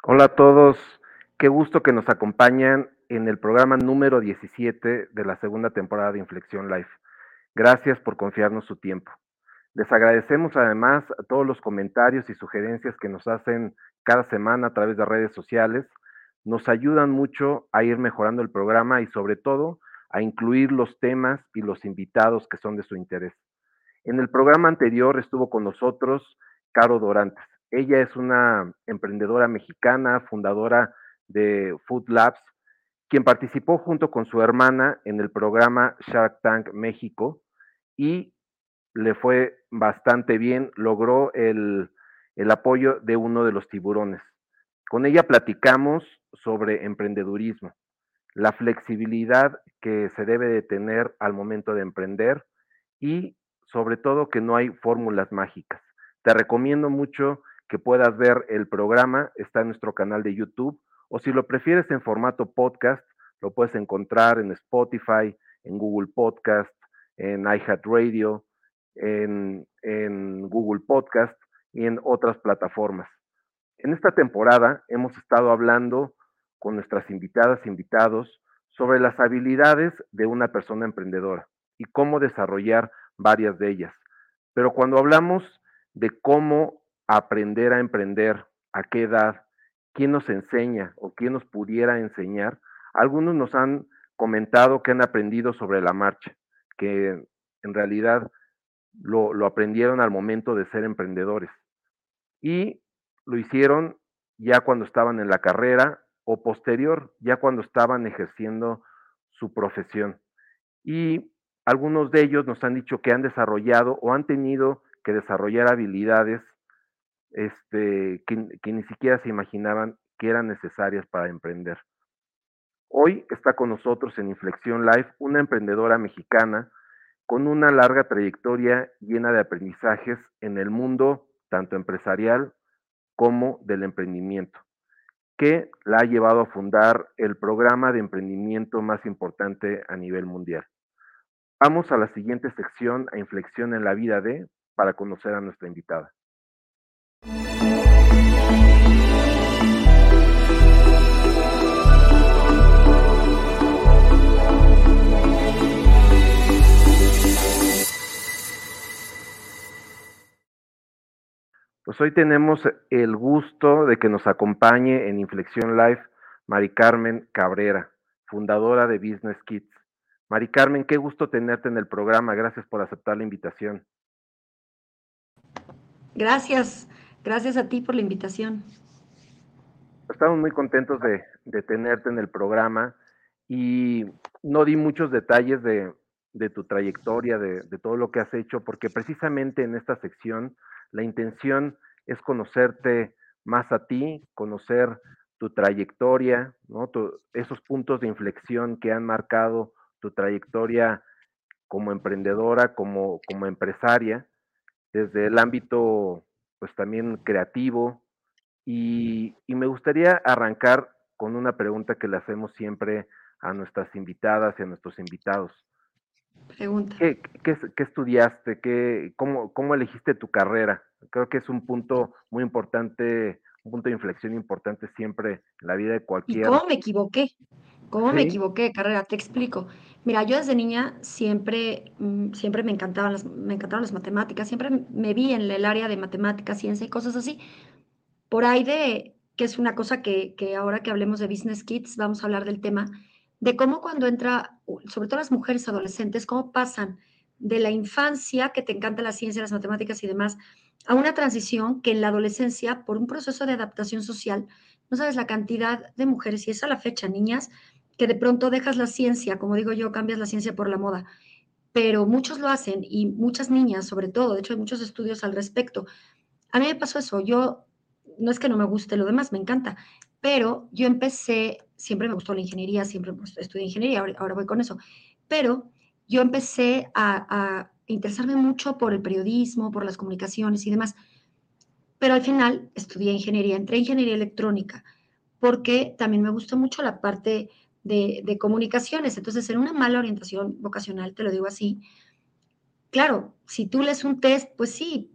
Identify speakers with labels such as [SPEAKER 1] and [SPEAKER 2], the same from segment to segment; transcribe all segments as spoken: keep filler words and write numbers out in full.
[SPEAKER 1] Hola a todos, qué gusto que nos acompañan en el programa número diecisiete de la segunda temporada de Inflexión Live. Gracias por confiarnos su tiempo. Les agradecemos además a todos los comentarios y sugerencias que nos hacen cada semana a través de redes sociales. Nos ayudan mucho a ir mejorando el programa y sobre todo a incluir los temas y los invitados que son de su interés. En el programa anterior estuvo con nosotros Caro Dorantes. Ella es una emprendedora mexicana, fundadora de Food Labs, quien participó junto con su hermana en el programa Shark Tank México y le fue bastante bien, logró el, el apoyo de uno de los tiburones. Con ella platicamos sobre emprendedurismo, la flexibilidad que se debe de tener al momento de emprender y sobre todo que no hay fórmulas mágicas. Te recomiendo mucho que puedas ver el programa, está en nuestro canal de YouTube, o si lo prefieres en formato podcast, lo puedes encontrar en Spotify, en Google Podcast, en iHeartRadio, en, en Google Podcast y en otras plataformas. En esta temporada hemos estado hablando con nuestras invitadas e invitados sobre las habilidades de una persona emprendedora y cómo desarrollar varias de ellas. Pero cuando hablamos de cómo aprender a emprender, a qué edad, quién nos enseña o quién nos pudiera enseñar, algunos nos han comentado que han aprendido sobre la marcha, que en realidad lo, lo aprendieron al momento de ser emprendedores y lo hicieron ya cuando estaban en la carrera o posterior, ya cuando estaban ejerciendo su profesión. Y algunos de ellos nos han dicho que han desarrollado o han tenido que desarrollar habilidades este, que, que ni siquiera se imaginaban que eran necesarias para emprender. Hoy está con nosotros en Inflexión Live una emprendedora mexicana con una larga trayectoria llena de aprendizajes en el mundo tanto empresarial como del emprendimiento, que la ha llevado a fundar el programa de emprendimiento más importante a nivel mundial. Vamos a la siguiente sección, a Inflexión en la vida de, para conocer a nuestra invitada. Pues hoy tenemos el gusto de que nos acompañe en Inflexión Live Mari Carmen Cabrera, fundadora de Business Kids. Mari Carmen, qué gusto tenerte en el programa. Gracias por aceptar la invitación.
[SPEAKER 2] Gracias, gracias a ti por la invitación.
[SPEAKER 1] Estamos muy contentos de, de tenerte en el programa y no di muchos detalles de, de tu trayectoria, de, de todo lo que has hecho, porque precisamente en esta sección la intención es conocerte más a ti, conocer tu trayectoria, ¿no? Tu- esos puntos de inflexión que han marcado tu trayectoria como emprendedora, como, como empresaria, desde el ámbito pues también creativo, y, y me gustaría arrancar con una pregunta que le hacemos siempre a nuestras invitadas y a nuestros invitados.
[SPEAKER 2] Pregunta.
[SPEAKER 1] ¿Qué, qué, qué estudiaste? ¿Qué, cómo, ¿Cómo elegiste tu carrera? Creo que es un punto muy importante, un punto de inflexión importante siempre en la vida de
[SPEAKER 2] ¿Y
[SPEAKER 1] cualquier...
[SPEAKER 2] cómo me equivoqué? ¿Cómo me
[SPEAKER 1] Sí,
[SPEAKER 2] equivoqué de carrera? Te explico. Mira, yo desde niña siempre, mm, siempre me encantaban las, me encantaron las matemáticas, siempre me vi en el área de matemáticas, ciencia y cosas así. Por ahí de, que es una cosa que, que ahora que hablemos de Business Kids, vamos a hablar del tema, de cómo cuando entra, sobre todo las mujeres adolescentes, cómo pasan de la infancia, que te encanta la ciencia, las matemáticas y demás, a una transición que en la adolescencia, por un proceso de adaptación social, no sabes la cantidad de mujeres, y es a la fecha, niñas, que de pronto dejas la ciencia, como digo yo, cambias la ciencia por la moda, pero muchos lo hacen y muchas niñas sobre todo, de hecho hay muchos estudios al respecto. A mí me pasó eso, yo no es que no me guste lo demás, me encanta, pero yo empecé, siempre me gustó la ingeniería, siempre pues, estudié ingeniería, ahora, ahora voy con eso, pero yo empecé a, a interesarme mucho por el periodismo, por las comunicaciones y demás, pero al final estudié ingeniería, entré en ingeniería electrónica, porque también me gustó mucho la parte de, de comunicaciones, entonces en una mala orientación vocacional, te lo digo así, claro, si tú lees un test, pues sí,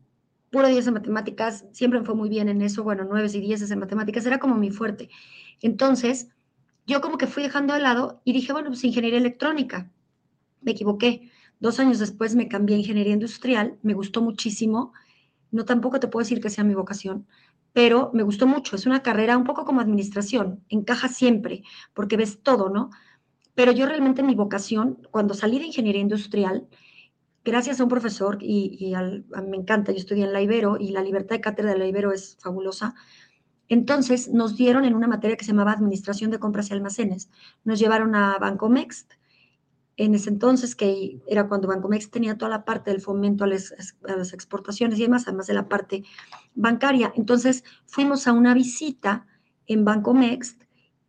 [SPEAKER 2] puro diez en matemáticas, siempre me fue muy bien en eso, bueno, nueve y diez en matemáticas, era como mi fuerte. Entonces, yo como que fui dejando de lado y dije, bueno, pues ingeniería electrónica. Me equivoqué. Dos años después me cambié a ingeniería industrial, me gustó muchísimo. No, tampoco te puedo decir que sea mi vocación, pero me gustó mucho. Es una carrera un poco como administración, encaja siempre, porque ves todo, ¿no? Pero yo realmente mi vocación, cuando salí de ingeniería industrial, gracias a un profesor, y, y al, a, me encanta, yo estudié en la Ibero y la libertad de cátedra de la Ibero es fabulosa. Entonces nos dieron en una materia que se llamaba Administración de Compras y Almacenes, nos llevaron a Bancomext, en ese entonces, que era cuando Bancomext tenía toda la parte del fomento a las, a las exportaciones y demás, además de la parte bancaria. Entonces fuimos a una visita en Bancomext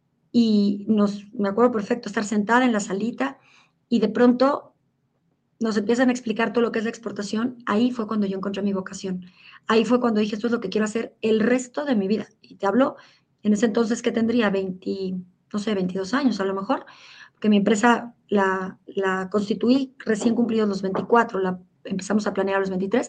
[SPEAKER 2] y nos, me acuerdo perfecto, estar sentada en la salita y de pronto nos empiezan a explicar todo lo que es la exportación. Ahí fue cuando yo encontré mi vocación. Ahí fue cuando dije, esto es lo que quiero hacer el resto de mi vida. Y te hablo en ese entonces que tendría veinte, no sé, veintidós años a lo mejor, que mi empresa la, la constituí recién cumplidos los veinticuatro, la empezamos a planear a los veintitrés,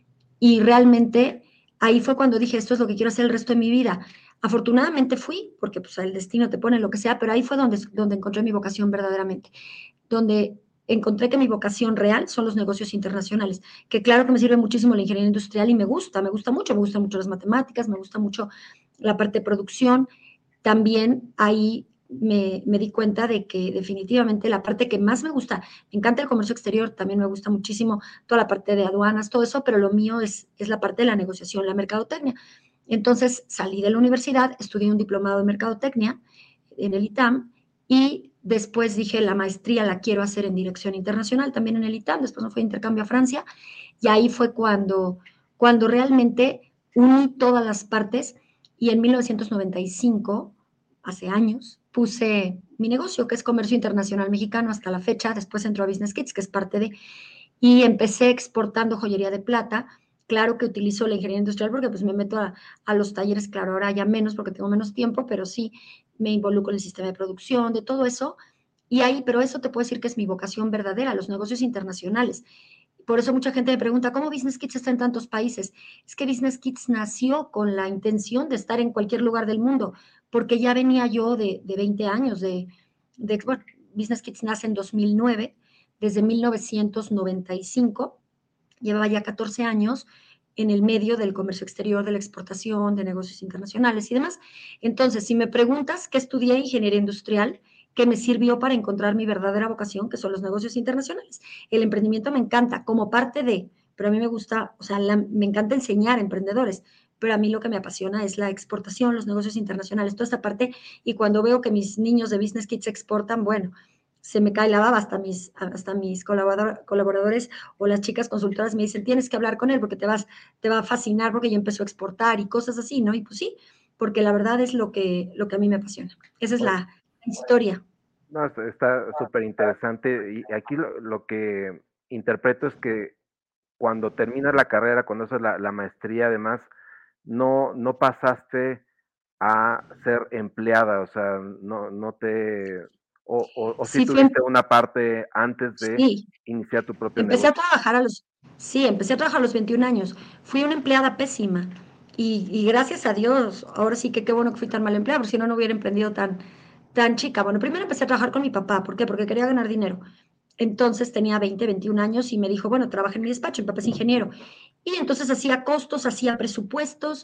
[SPEAKER 2] y realmente ahí fue cuando dije, esto es lo que quiero hacer el resto de mi vida. Afortunadamente fui, porque pues el destino te pone lo que sea, pero ahí fue donde, donde encontré mi vocación verdaderamente, donde encontré que mi vocación real son los negocios internacionales, que claro que me sirve muchísimo la ingeniería industrial y me gusta, me gusta mucho, me gustan mucho las matemáticas, me gusta mucho la parte de producción. También ahí me, me, di cuenta de que definitivamente la parte que más me gusta, me encanta el comercio exterior, también me gusta muchísimo toda la parte de aduanas, todo eso, pero lo mío es, es la parte de la negociación, la mercadotecnia. Entonces salí de la universidad, estudié un diplomado de mercadotecnia en el ITAM y después dije, la maestría la quiero hacer en dirección internacional, también en el ITAM, después me fui a intercambio a Francia y ahí fue cuando, cuando realmente uní todas las partes y en mil novecientos noventa y cinco, hace años, puse mi negocio, que es comercio internacional mexicano hasta la fecha, después entró a Business Kids, que es parte de, y empecé exportando joyería de plata. Claro que utilizo la ingeniería industrial porque pues me meto a, a los talleres, claro, ahora ya menos porque tengo menos tiempo, pero sí me involucro en el sistema de producción, de todo eso. Y ahí, pero eso te puedo decir que es mi vocación verdadera, los negocios internacionales. Por eso mucha gente me pregunta, ¿cómo Business Kids está en tantos países? Es que Business Kids nació con la intención de estar en cualquier lugar del mundo, porque ya venía yo de, de veinte años, de, de bueno, Business Kids nace en dos mil nueve, desde mil novecientos noventa y cinco, llevaba ya catorce años en el medio del comercio exterior, de la exportación, de negocios internacionales y demás. Entonces, si me preguntas qué estudié ingeniería industrial, que me sirvió para encontrar mi verdadera vocación, que son los negocios internacionales. El emprendimiento me encanta como parte de, pero a mí me gusta, o sea, la, me encanta enseñar a emprendedores, pero a mí lo que me apasiona es la exportación, los negocios internacionales, toda esta parte, y cuando veo que mis niños de Business Kids exportan, bueno, se me cae la baba, hasta mis, hasta mis colaborador, colaboradores o las chicas consultoras me dicen, tienes que hablar con él porque te, vas, te va a fascinar porque ya empezó a exportar y cosas así, ¿no? Y pues sí, porque la verdad es lo que, lo que a mí me apasiona. Esa es la historia.
[SPEAKER 1] No, está súper interesante y aquí lo, lo, que interpreto es que cuando terminas la carrera, cuando haces la, la maestría, además, no, no pasaste a ser empleada, o sea, no, no te, o, o, o sí
[SPEAKER 2] Sí, fue,
[SPEAKER 1] tuviste una parte antes de
[SPEAKER 2] sí,
[SPEAKER 1] iniciar tu propio
[SPEAKER 2] empecé a
[SPEAKER 1] negocio.
[SPEAKER 2] trabajar a los, sí, empecé a trabajar a los veintiún años. Fui una empleada pésima y, y gracias a Dios, ahora sí que qué bueno que fui tan mal empleada, porque si no, no hubiera emprendido tan, tan chica. Bueno, primero empecé a trabajar con mi papá, ¿por qué? Porque quería ganar dinero. Entonces tenía veinte, veintiún años y me dijo, bueno, trabaja en mi despacho, mi papá es ingeniero. Y entonces hacía costos, hacía presupuestos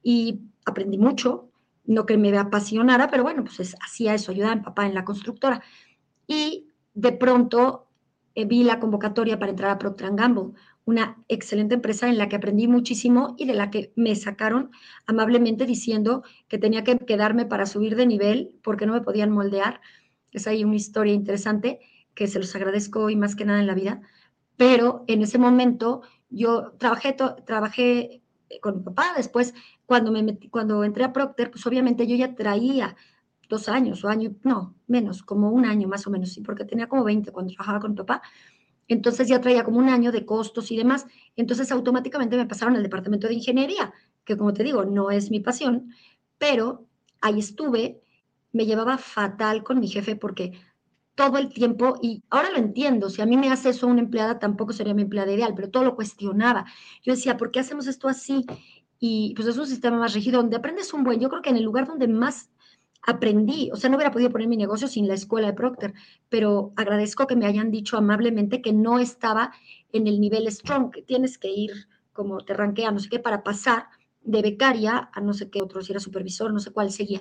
[SPEAKER 2] y aprendí mucho, no que me apasionara, pero bueno, pues es, hacía eso, ayudaba a mi papá en la constructora. Y de pronto eh, vi la convocatoria para entrar a Procter and Gamble, una excelente empresa en la que aprendí muchísimo y de la que me sacaron amablemente diciendo que tenía que quedarme para subir de nivel porque no me podían moldear. Es ahí una historia interesante que se los agradezco hoy más que nada en la vida, pero en ese momento yo trabajé, trabajé con mi papá, después cuando, me metí, cuando entré a Procter, pues obviamente yo ya traía dos años o año, no, menos, como un año más o menos, sí, porque tenía como veinte cuando trabajaba con mi papá, entonces ya traía como un año de costos y demás, entonces automáticamente me pasaron al departamento de ingeniería, que como te digo, no es mi pasión, pero ahí estuve, me llevaba fatal con mi jefe porque todo el tiempo, y ahora lo entiendo, si a mí me hace eso una empleada, tampoco sería mi empleada ideal, pero todo lo cuestionaba. Yo decía, ¿por qué hacemos esto así? Y pues es un sistema más rígido, donde aprendes un buen, yo creo que en el lugar donde más aprendí, o sea, no hubiera podido poner mi negocio sin la escuela de Procter, pero agradezco que me hayan dicho amablemente que no estaba en el nivel strong, que tienes que ir como te ranquea, no sé qué, para pasar de becaria a no sé qué otro, si era supervisor, no sé cuál seguía.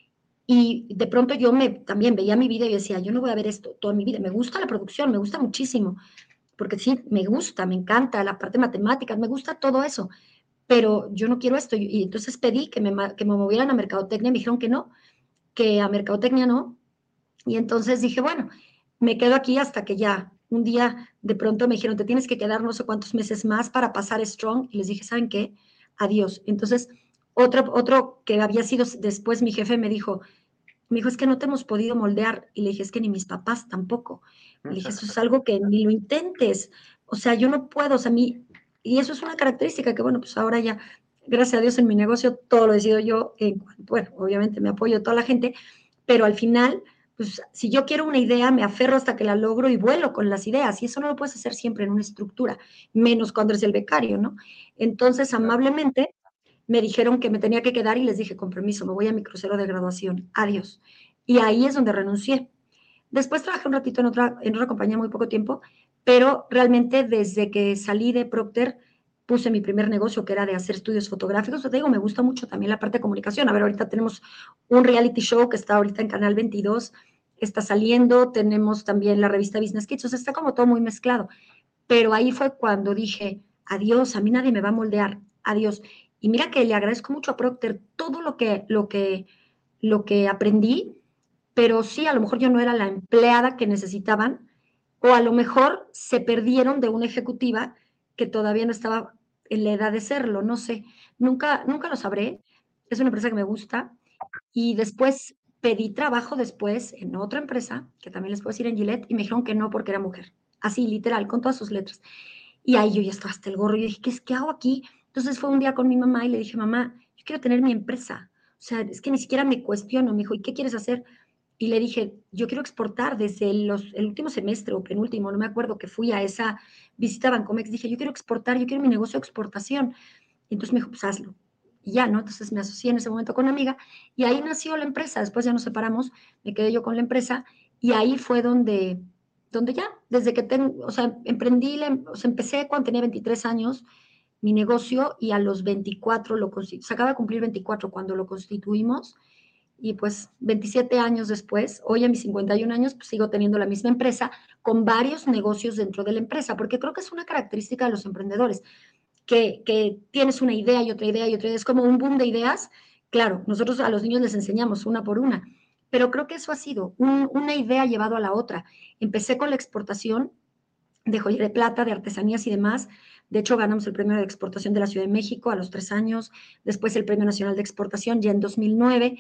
[SPEAKER 2] Y de pronto yo me también veía mi vida y decía, yo no voy a ver esto toda mi vida. Me gusta la producción, me gusta muchísimo, porque sí, me gusta, me encanta la parte de matemáticas, me gusta todo eso, pero yo no quiero esto. Y entonces pedí que me, que me movieran a mercadotecnia y me dijeron que no, que a mercadotecnia no. Y entonces dije, bueno, me quedo aquí hasta que ya un día de pronto me dijeron, te tienes que quedar no sé cuántos meses más para pasar Strong. Y les dije, ¿saben qué? Adiós. Entonces, otro, otro que había sido después mi jefe me dijo, me dijo, es que no te hemos podido moldear. Y le dije, es que ni mis papás tampoco. Y le dije, eso es algo que ni lo intentes. O sea, yo no puedo, o sea, a mí, y eso es una característica que, bueno, pues ahora ya, gracias a Dios en mi negocio, todo lo decido yo. En, bueno, obviamente me apoyo a toda la gente, pero al final, pues si yo quiero una idea, me aferro hasta que la logro y vuelo con las ideas. Y eso no lo puedes hacer siempre en una estructura, menos cuando eres el becario, ¿no? Entonces, amablemente, me dijeron que me tenía que quedar y les dije, con permiso, me voy a mi crucero de graduación, adiós. Y ahí es donde renuncié. Después trabajé un ratito en otra, en otra compañía, muy poco tiempo, pero realmente desde que salí de Procter puse mi primer negocio, que era de hacer estudios fotográficos. Te digo, me gusta mucho también la parte de comunicación. A ver, ahorita tenemos un reality show que está ahorita en Canal veintidós, está saliendo, tenemos también la revista Business Kids, o sea, está como todo muy mezclado. Pero ahí fue cuando dije, adiós, a mí nadie me va a moldear, adiós. Y mira que le agradezco mucho a Procter todo lo que, lo que, lo que aprendí, pero sí, a lo mejor yo no era la empleada que necesitaban, o a lo mejor se perdieron de una ejecutiva que todavía no estaba en la edad de serlo, no sé, nunca, nunca lo sabré, es una empresa que me gusta, y después pedí trabajo después en otra empresa, que también les puedo decir en Gillette, y me dijeron que no porque era mujer, así literal, con todas sus letras. Y ahí yo ya estaba hasta el gorro, y yo dije, ¿qué, es, ¿qué hago aquí? Entonces fue un día con mi mamá y le dije, mamá, yo quiero tener mi empresa, o sea, es que ni siquiera me cuestiono, me dijo, ¿y qué quieres hacer? Y le dije, yo quiero exportar desde los, el último semestre o penúltimo, no me acuerdo, que fui a esa visita a Bancomex, dije, yo quiero exportar, yo quiero mi negocio de exportación. Y entonces me dijo, pues hazlo. Y ya, ¿no? Entonces me asocié en ese momento con una amiga y ahí nació la empresa. Después ya nos separamos, me quedé yo con la empresa y ahí fue donde, donde ya, desde que tengo, o sea, emprendí, o sea, empecé cuando tenía veintitrés años mi negocio y a los veinticuatro lo constituimos, se acaba de cumplir veinticuatro cuando lo constituimos y pues veintisiete años después, hoy a mis cincuenta y un años, pues sigo teniendo la misma empresa con varios negocios dentro de la empresa, porque creo que es una característica de los emprendedores, que, que tienes una idea y otra idea y otra idea, es como un boom de ideas. Claro, nosotros a los niños les enseñamos una por una, pero creo que eso ha sido un, una idea llevado a la otra. Empecé con la exportación de joya de plata, de artesanías y demás. De hecho, ganamos el premio de exportación de la Ciudad de México a los tres años, después el Premio Nacional de Exportación ya en dos mil nueve,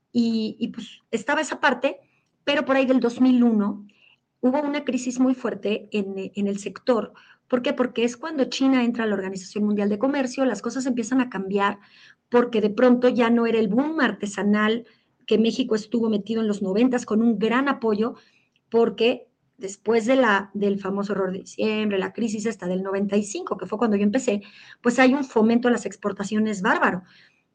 [SPEAKER 2] y, y pues estaba esa parte, pero por ahí del dos mil uno hubo una crisis muy fuerte en, en el sector. ¿Por qué? Porque es cuando China entra a la Organización Mundial de Comercio, las cosas empiezan a cambiar, porque de pronto ya no era el boom artesanal que México estuvo metido en los noventas con un gran apoyo, porque después de la, del famoso error de diciembre, la crisis esta del noventa y cinco, que fue cuando yo empecé, pues hay un fomento a las exportaciones bárbaro.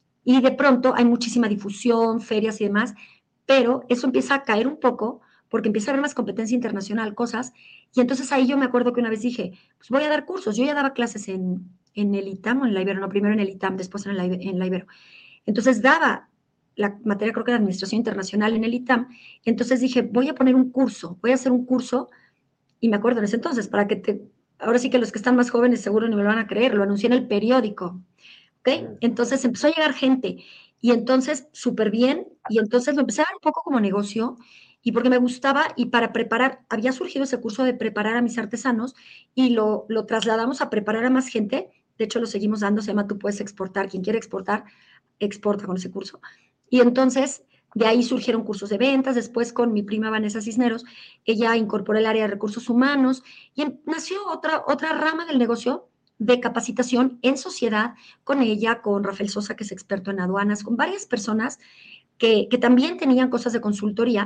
[SPEAKER 2] Y de pronto hay muchísima difusión, ferias y demás, pero eso empieza a caer un poco porque empieza a haber más competencia internacional, cosas. Y entonces ahí yo me acuerdo que una vez dije, pues voy a dar cursos. Yo ya daba clases en, en el ITAM o en la Ibero, no, primero en el ITAM, después en la, en la Ibero. Entonces daba la materia, creo que de Administración Internacional en el ITAM. Entonces dije, voy a poner un curso, voy a hacer un curso. Y me acuerdo en ese entonces, para que te, ahora sí que los que están más jóvenes seguro no me lo van a creer, lo anuncié en el periódico. ¿Ok? Entonces empezó a llegar gente y entonces súper bien, y entonces lo empecé a ver un poco como negocio y porque me gustaba, y para preparar, había surgido ese curso de preparar a mis artesanos y lo, lo trasladamos a preparar a más gente. De hecho lo seguimos dando, se llama Tú puedes exportar, quien quiere exportar, exporta con ese curso. Y entonces de ahí surgieron cursos de ventas, después con mi prima Vanessa Cisneros, ella incorporó el área de recursos humanos y nació otra, otra rama del negocio de capacitación en sociedad, con ella, con Rafael Sosa, que es experto en aduanas, con varias personas que, que también tenían cosas de consultoría.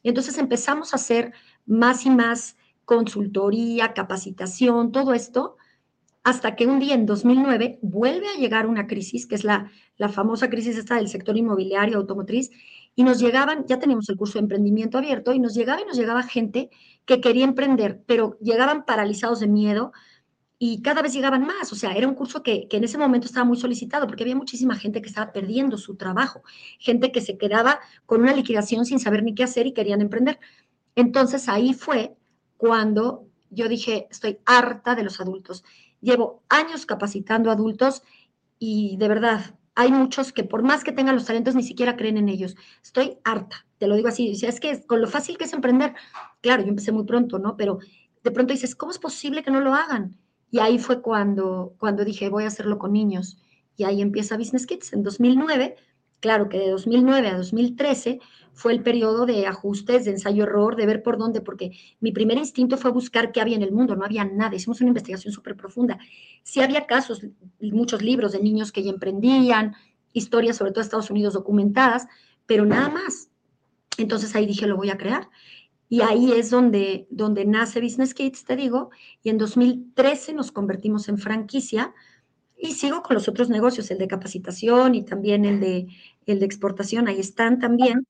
[SPEAKER 2] Y entonces empezamos a hacer más y más consultoría, capacitación, todo esto, hasta que un día en dos mil nueve vuelve a llegar una crisis, que es la, la famosa crisis esta del sector inmobiliario, automotriz, y nos llegaban, ya teníamos el curso de emprendimiento abierto, y nos llegaba y nos llegaba gente que quería emprender, pero llegaban paralizados de miedo, y cada vez llegaban más. O sea, era un curso que, que en ese momento estaba muy solicitado porque había muchísima gente que estaba perdiendo su trabajo, gente que se quedaba con una liquidación sin saber ni qué hacer y querían emprender. Entonces ahí fue cuando yo dije, estoy harta de los adultos. Llevo años capacitando adultos y de verdad, hay muchos que por más que tengan los talentos ni siquiera creen en ellos. Estoy harta, te lo digo así. O sea, es que con lo fácil que es emprender, claro, yo empecé muy pronto, ¿no? Pero de pronto dices, ¿cómo es posible que no lo hagan? Y ahí fue cuando, cuando dije, voy a hacerlo con niños. Y ahí empieza Business Kids en dos mil nueve. Claro que de dos mil nueve a dos mil trece fue el periodo de ajustes, de ensayo-error, de ver por dónde, porque mi primer instinto fue buscar qué había en el mundo, no había nada, hicimos una investigación súper profunda. Sí había casos, muchos libros de niños que ya emprendían, historias sobre todo de Estados Unidos documentadas, pero nada más. Entonces ahí dije, lo voy a crear. Y ahí es donde, donde nace Business Kids, te digo, y en dos mil trece nos convertimos en franquicia y sigo con los otros negocios, el de capacitación y también el de, el de exportación, ahí están también.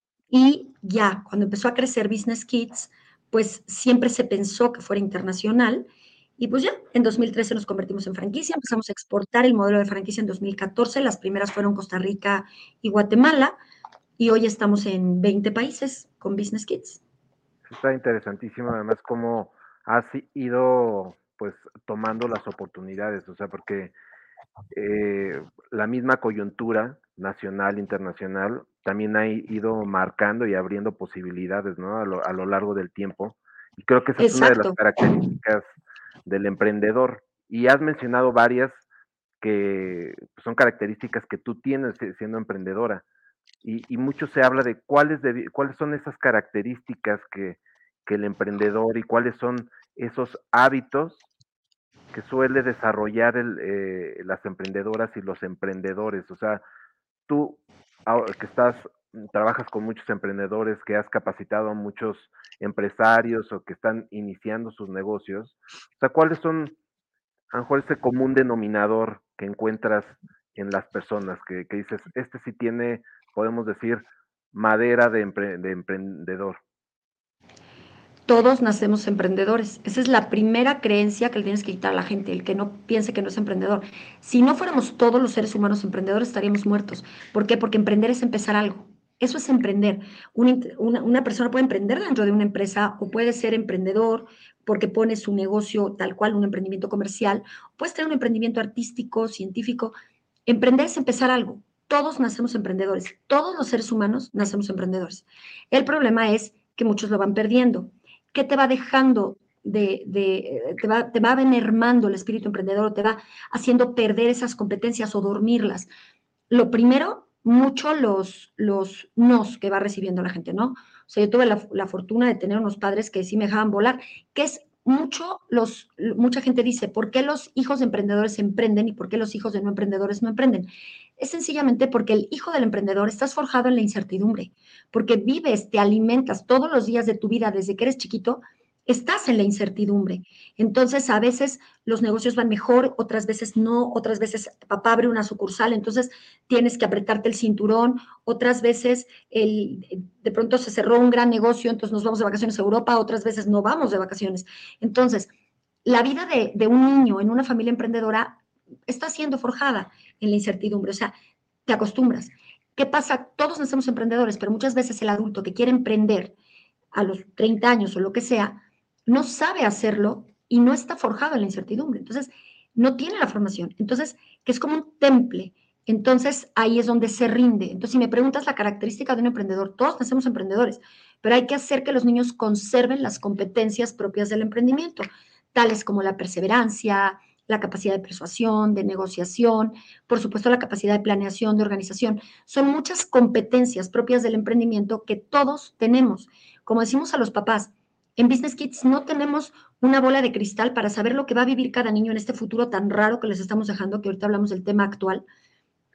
[SPEAKER 2] Y ya, cuando empezó a crecer Business Kids, pues siempre se pensó que fuera internacional. Y pues ya, en dos mil trece nos convertimos en franquicia, empezamos a exportar el modelo de franquicia en dos mil catorce, las primeras fueron Costa Rica y Guatemala, y hoy estamos en veinte países con Business Kids.
[SPEAKER 1] Está interesantísimo, además, cómo has ido, pues, tomando las oportunidades, o sea, porque eh, la misma coyuntura nacional, internacional, también ha ido marcando y abriendo posibilidades, ¿no? A lo, a lo largo del tiempo. Y creo que esa es una de las
[SPEAKER 2] Exacto.
[SPEAKER 1] características del emprendedor. Y has mencionado varias que pues, son características que tú tienes si- siendo emprendedora. Y, y mucho se habla de cuáles, debi- cuáles son esas características que, que el emprendedor y cuáles son esos hábitos que suele desarrollar el, eh, las emprendedoras y los emprendedores. O sea, tú ahora que estás, mm, trabajas con muchos emprendedores, que has capacitado a muchos empresarios o que están iniciando sus negocios. O sea, ¿cuáles son a lo mejor ese común denominador que encuentras en las personas que, que dices, este sí tiene, podemos decir, madera de, empre- de emprendedor?
[SPEAKER 2] Todos nacemos emprendedores. Esa es la primera creencia que le tienes que quitar a la gente, el que no piense que no es emprendedor. Si no fuéramos todos los seres humanos emprendedores, estaríamos muertos. ¿Por qué? Porque emprender es empezar algo. Eso es emprender. Una, una, una persona puede emprender dentro de una empresa o puede ser emprendedor porque pone su negocio tal cual, un emprendimiento comercial. Puedes tener un emprendimiento artístico, científico. Emprender es empezar algo. Todos nacemos emprendedores. Todos los seres humanos nacemos emprendedores. El problema es que muchos lo van perdiendo. ¿Qué te va dejando de, de te, va, te va mermando el espíritu emprendedor o te va haciendo perder esas competencias o dormirlas? Lo primero, mucho los, los nos que va recibiendo la gente, ¿no? O sea, yo tuve la, la fortuna de tener unos padres que sí me dejaban volar, que es mucho los, mucha gente dice, ¿por qué los hijos de emprendedores emprenden y por qué los hijos de no emprendedores no emprenden? Es sencillamente porque el hijo del emprendedor estás forjado en la incertidumbre, porque vives, te alimentas todos los días de tu vida desde que eres chiquito, estás en la incertidumbre. Entonces, a veces los negocios van mejor, otras veces no, otras veces papá abre una sucursal, entonces tienes que apretarte el cinturón, otras veces el, de pronto se cerró un gran negocio, entonces nos vamos de vacaciones a Europa, otras veces no vamos de vacaciones. Entonces, la vida de, de un niño en una familia emprendedora está siendo forjada en la incertidumbre, o sea, te acostumbras. ¿Qué pasa? Todos nacemos emprendedores, pero muchas veces el adulto que quiere emprender a los treinta años o lo que sea, no sabe hacerlo y no está forjado en la incertidumbre. Entonces, no tiene la formación. Entonces, que es como un temple. Entonces, ahí es donde se rinde. Entonces, si me preguntas la característica de un emprendedor, todos nacemos emprendedores, pero hay que hacer que los niños conserven las competencias propias del emprendimiento, tales como la perseverancia, la capacidad de persuasión, de negociación, por supuesto la capacidad de planeación, de organización. Son muchas competencias propias del emprendimiento que todos tenemos. Como decimos a los papás, en Business Kids no tenemos una bola de cristal para saber lo que va a vivir cada niño en este futuro tan raro que les estamos dejando, que ahorita hablamos del tema actual,
[SPEAKER 1] Sí.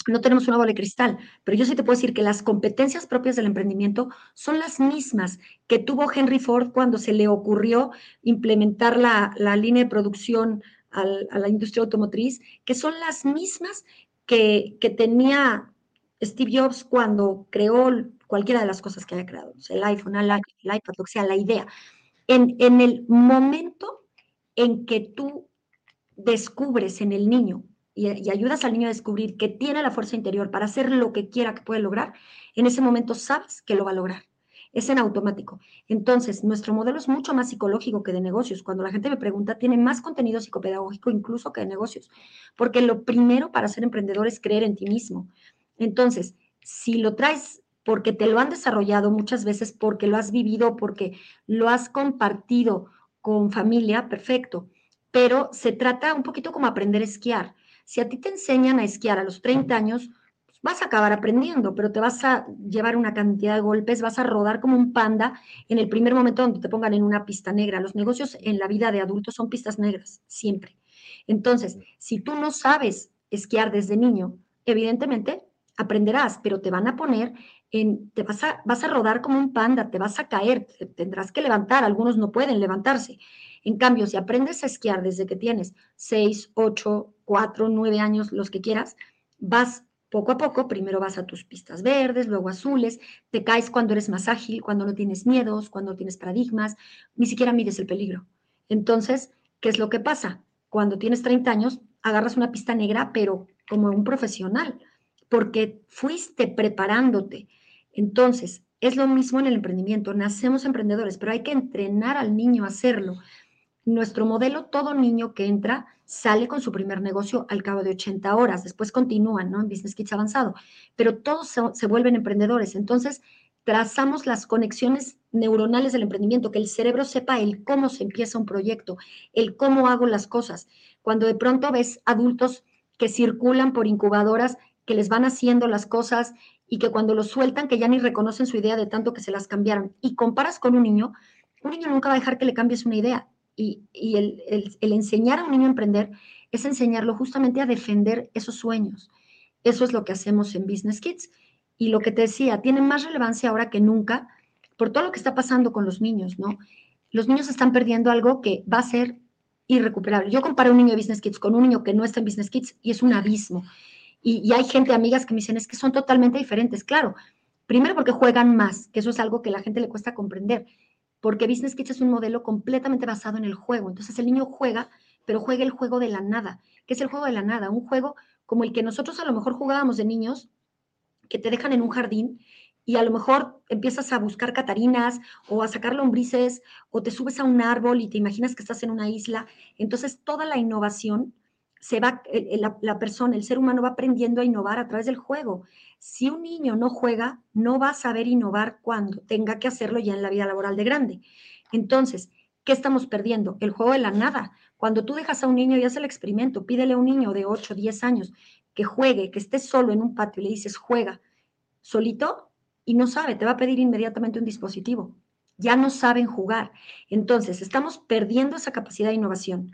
[SPEAKER 2] No tenemos una bola de cristal, pero yo sí te puedo decir que las competencias propias del emprendimiento son las mismas que tuvo Henry Ford cuando se le ocurrió implementar la, la línea de producción al, a la industria automotriz, que son las mismas que, que tenía Steve Jobs cuando creó cualquiera de las cosas que haya creado, o sea, el iPhone, el, el iPad, lo que sea, la idea. En, en el momento en que tú descubres en el niño y, y, ayudas al niño a descubrir que tiene la fuerza interior para hacer lo que quiera que puede lograr, en ese momento sabes que lo va a lograr. Es en automático. Entonces, nuestro modelo es mucho más psicológico que de negocios. Cuando la gente me pregunta, tiene más contenido psicopedagógico incluso que de negocios. Porque lo primero para ser emprendedor es creer en ti mismo. Entonces, si lo traes porque te lo han desarrollado muchas veces, porque lo has vivido, porque lo has compartido con familia, perfecto, pero se trata un poquito como aprender a esquiar. Si a ti te enseñan a esquiar a los treinta años, pues vas a acabar aprendiendo, pero te vas a llevar una cantidad de golpes, vas a rodar como un panda en el primer momento donde te pongan en una pista negra. Los negocios en la vida de adultos son pistas negras, siempre. Entonces, si tú no sabes esquiar desde niño, evidentemente aprenderás, pero te van a poner en, te vas a, vas a rodar como un panda, te vas a caer, te tendrás que levantar, algunos no pueden levantarse. En cambio, si aprendes a esquiar desde que tienes seis, ocho, cuatro, nueve años, los que quieras, vas poco a poco, primero vas a tus pistas verdes, luego azules, te caes cuando eres más ágil, cuando no tienes miedos, cuando no tienes paradigmas, ni siquiera mides el peligro. Entonces, ¿qué es lo que pasa? Cuando tienes treinta años, agarras una pista negra, pero como un profesional, porque fuiste preparándote. Entonces, es lo mismo en el emprendimiento. Nacemos emprendedores, pero hay que entrenar al niño a hacerlo. Nuestro modelo, todo niño que entra sale con su primer negocio al cabo de ochenta horas, después continúan, ¿no? En Business Kids avanzado, pero todos se, se vuelven emprendedores. Entonces, trazamos las conexiones neuronales del emprendimiento, que el cerebro sepa el cómo se empieza un proyecto, el cómo hago las cosas. Cuando de pronto ves adultos que circulan por incubadoras, que les van haciendo las cosas y que cuando los sueltan, que ya ni reconocen su idea de tanto que se las cambiaron, y comparas con un niño, un niño nunca va a dejar que le cambies una idea. Y, y el, el, el, enseñar a un niño a emprender es enseñarlo justamente a defender esos sueños. Eso es lo que hacemos en Business Kids. Y lo que te decía, tiene más relevancia ahora que nunca por todo lo que está pasando con los niños, ¿no? Los niños están perdiendo algo que va a ser irrecuperable. Yo comparo un niño de Business Kids con un niño que no está en Business Kids y es un abismo. Y, y hay gente, amigas, que me dicen, es que son totalmente diferentes. Claro, primero porque juegan más, que eso es algo que a la gente le cuesta comprender, porque Business Kids es un modelo completamente basado en el juego. Entonces el niño juega, pero juega el juego de la nada. ¿Qué es el juego de la nada? Un juego como el que nosotros a lo mejor jugábamos de niños, que te dejan en un jardín y a lo mejor empiezas a buscar catarinas o a sacar lombrices o te subes a un árbol y te imaginas que estás en una isla. Entonces toda la innovación se va, la, la persona, el ser humano va aprendiendo a innovar a través del juego. Si un niño no juega, no va a saber innovar cuando tenga que hacerlo ya en la vida laboral de grande. Entonces, ¿qué estamos perdiendo? El juego de la nada. Cuando tú dejas a un niño y haces el experimento, pídele a un niño de ocho, diez años que juegue, que esté solo en un patio y le dices, juega, solito, y no sabe, te va a pedir inmediatamente un dispositivo. Ya no saben jugar. Entonces, estamos perdiendo esa capacidad de innovación.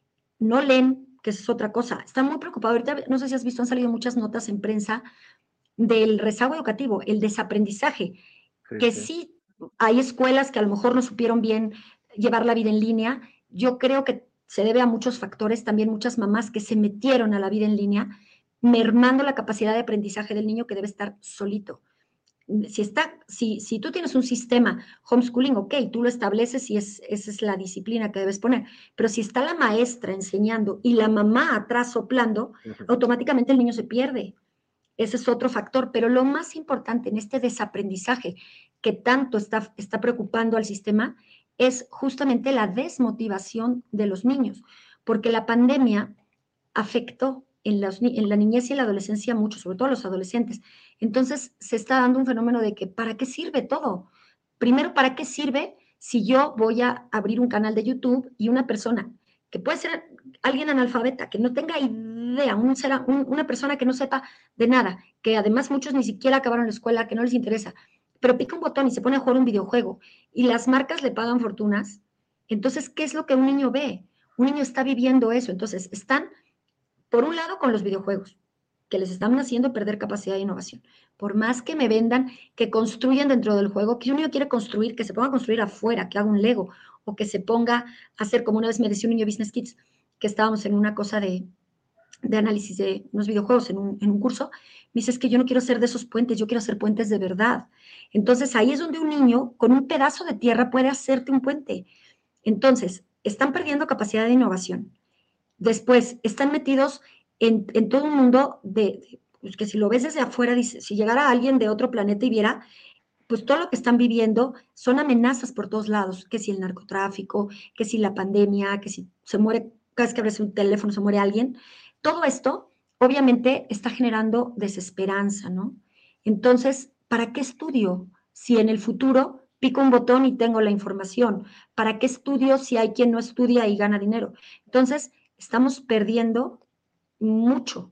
[SPEAKER 2] No leen, que es otra cosa. Están muy preocupados. Ahorita, no sé si has visto, han salido muchas notas en prensa del rezago educativo, el desaprendizaje,
[SPEAKER 1] Sí,
[SPEAKER 2] que
[SPEAKER 1] sí.
[SPEAKER 2] sí hay escuelas que a lo mejor no supieron bien llevar la vida en línea. Yo creo que se debe a muchos factores, también muchas mamás que se metieron a la vida en línea, mermando la capacidad de aprendizaje del niño que debe estar solito. Si, está, si, si tú tienes un sistema homeschooling, ok, tú lo estableces y es, esa es la disciplina que debes poner, pero si está la maestra enseñando y la mamá atrás soplando,
[SPEAKER 1] Ujú.
[SPEAKER 2] automáticamente el niño se pierde. Ese es otro factor, pero lo más importante en este desaprendizaje que tanto está, está preocupando al sistema es justamente la desmotivación de los niños, porque la pandemia afectó en, los, en la niñez y en la adolescencia mucho, sobre todo a los adolescentes. Entonces se está dando un fenómeno de que ¿para qué sirve todo? Primero, ¿para qué sirve si yo voy a abrir un canal de YouTube y una persona que puede ser alguien analfabeta, que no tenga idea, un, un, una persona que no sepa de nada, que además muchos ni siquiera acabaron la escuela, que no les interesa, pero pica un botón y se pone a jugar un videojuego y las marcas le pagan fortunas? Entonces, ¿qué es lo que un niño ve? Un niño está viviendo eso. Entonces, están, por un lado, con los videojuegos, que les están haciendo perder capacidad de innovación. Por más que me vendan, que construyan dentro del juego, que un niño quiere construir, que se ponga a construir afuera, que haga un Lego, o que se ponga a hacer, como una vez me decía un niño Business Kids, que estábamos en una cosa de, de análisis de unos videojuegos en un, en un curso, me dice, es que yo no quiero ser de esos puentes, yo quiero hacer puentes de verdad. Entonces, ahí es donde un niño con un pedazo de tierra puede hacerte un puente. Entonces, están perdiendo capacidad de innovación. Después, están metidos en, en todo un mundo de, de pues que si lo ves desde afuera, dice, si llegara alguien de otro planeta y viera, pues todo lo que están viviendo son amenazas por todos lados, que si el narcotráfico, que si la pandemia, que si se muere, cada vez que abres un teléfono se muere alguien. Todo esto, obviamente, está generando desesperanza, ¿no? Entonces, ¿para qué estudio si en el futuro pico un botón y tengo la información? ¿Para qué estudio si hay quien no estudia y gana dinero? Entonces, estamos perdiendo mucho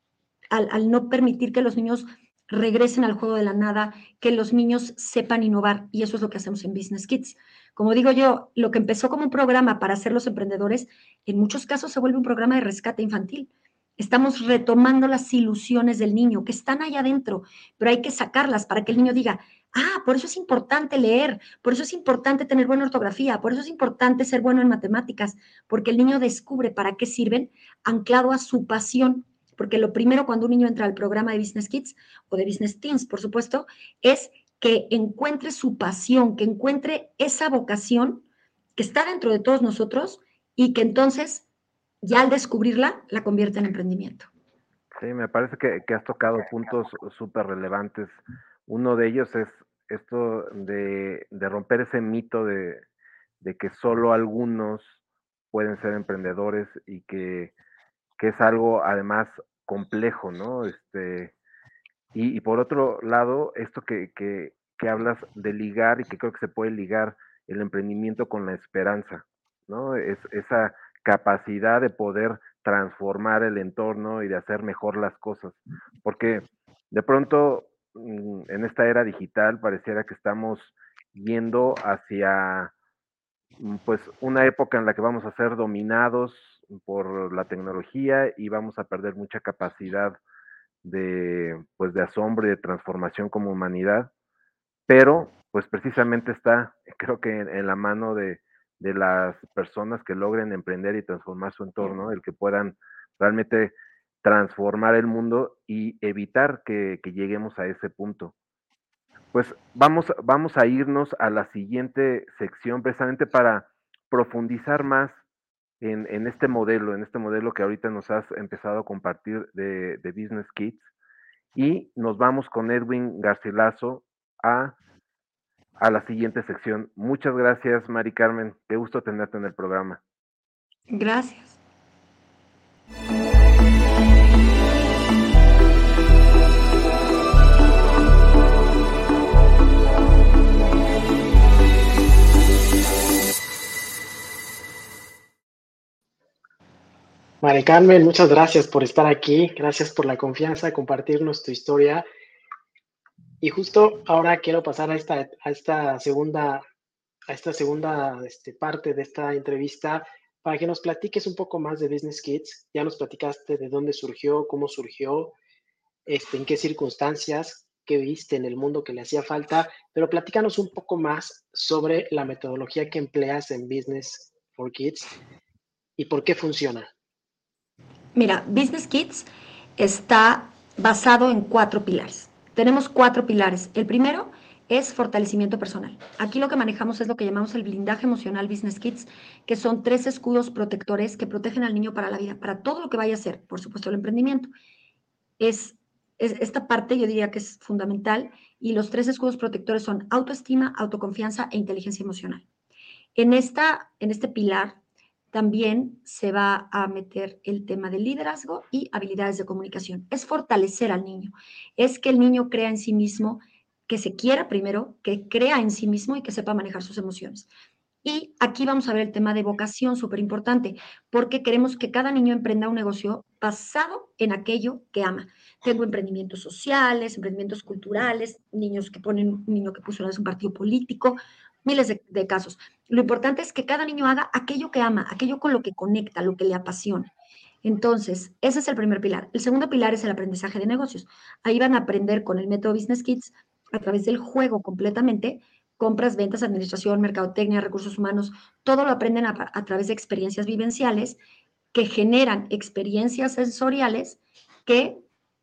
[SPEAKER 2] al, al no permitir que los niños regresen al juego de la nada, que los niños sepan innovar, y eso es lo que hacemos en Business Kids. Como digo yo, lo que empezó como un programa para hacer los emprendedores, en muchos casos se vuelve un programa de rescate infantil. Estamos retomando las ilusiones del niño que están allá adentro, pero hay que sacarlas para que el niño diga, ah, por eso es importante leer, por eso es importante tener buena ortografía, por eso es importante ser bueno en matemáticas, porque el niño descubre para qué sirven anclado a su pasión, porque lo primero cuando un niño entra al programa de Business Kids o de Business Teens, por supuesto, es que encuentre su pasión, que encuentre esa vocación que está dentro de todos nosotros y que entonces, ya al descubrirla, la convierte en emprendimiento.
[SPEAKER 1] Sí, me parece que, que has tocado puntos súper relevantes. Uno de ellos es esto de, de romper ese mito de, de que solo algunos pueden ser emprendedores y que, que es algo además complejo, ¿no? Este, y, y por otro lado, esto que, que, que hablas de ligar y que creo que se puede ligar el emprendimiento con la esperanza, ¿no? Es esa capacidad de poder transformar el entorno y de hacer mejor las cosas. Porque de pronto mm, en esta era digital pareciera que estamos yendo hacia mm, pues una época en la que vamos a ser dominados por la tecnología y vamos a perder mucha capacidad de, pues, de asombro y de transformación como humanidad, pero pues precisamente está, creo que en, en la mano de, de, las personas que logren emprender y transformar su entorno, el que puedan realmente transformar el mundo y evitar que, que lleguemos a ese punto. Pues vamos, vamos a irnos a la siguiente sección precisamente para profundizar más en, en este modelo, en este modelo que ahorita nos has empezado a compartir de, de Business Kids. Y nos vamos con Edwin Garcilaso a, a la siguiente sección. Muchas gracias, Mari Carmen. Qué gusto tenerte en el programa.
[SPEAKER 2] Gracias.
[SPEAKER 3] Mari Carmen, muchas gracias por estar aquí, gracias por la confianza, compartirnos tu historia. Y justo ahora quiero pasar a esta, a esta segunda, a esta segunda este, parte de esta entrevista para que nos platiques un poco más de Business Kids. Ya nos platicaste de dónde surgió, cómo surgió, este, en qué circunstancias, qué viste en el mundo que le hacía falta, pero platícanos un poco más sobre la metodología que empleas en Business for Kids y por qué funciona.
[SPEAKER 2] Mira, Business Kids está basado en cuatro pilares. Tenemos cuatro pilares. El primero es fortalecimiento personal. Aquí lo que manejamos es lo que llamamos el blindaje emocional Business Kids, que son tres escudos protectores que protegen al niño para la vida, para todo lo que vaya a hacer, por supuesto el emprendimiento. Es, es esta parte yo diría que es fundamental y los tres escudos protectores son autoestima, autoconfianza e inteligencia emocional. En, esta, en este pilar también se va a meter el tema del liderazgo y habilidades de comunicación. Es fortalecer al niño, es que el niño crea en sí mismo, que se quiera primero, que crea en sí mismo y que sepa manejar sus emociones. Y aquí vamos a ver el tema de vocación, súper importante, porque queremos que cada niño emprenda un negocio basado en aquello que ama. Tengo emprendimientos sociales, emprendimientos culturales, niños que ponen, un niño que puso una vez un partido político, miles de, de casos. Lo importante es que cada niño haga aquello que ama, aquello con lo que conecta, lo que le apasiona. Entonces, ese es el primer pilar. El segundo pilar es el aprendizaje de negocios. Ahí van a aprender con el método Business Kids a través del juego completamente, compras, ventas, administración, mercadotecnia, recursos humanos, todo lo aprenden a, a través de experiencias vivenciales que generan experiencias sensoriales que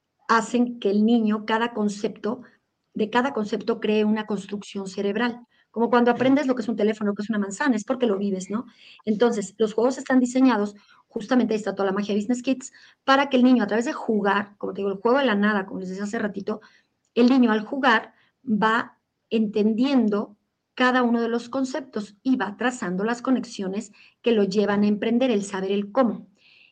[SPEAKER 2] hacen que el niño, cada concepto, de cada concepto cree una construcción cerebral. Como cuando aprendes lo que es un teléfono, lo que es una manzana, es porque lo vives, ¿no? Entonces, los juegos están diseñados, justamente ahí está toda la magia de Business Kids, para que el niño, a través de jugar, como te digo, el juego de la nada, como les decía hace ratito, el niño al jugar va entendiendo cada uno de los conceptos y va trazando las conexiones que lo llevan a emprender, el saber el cómo.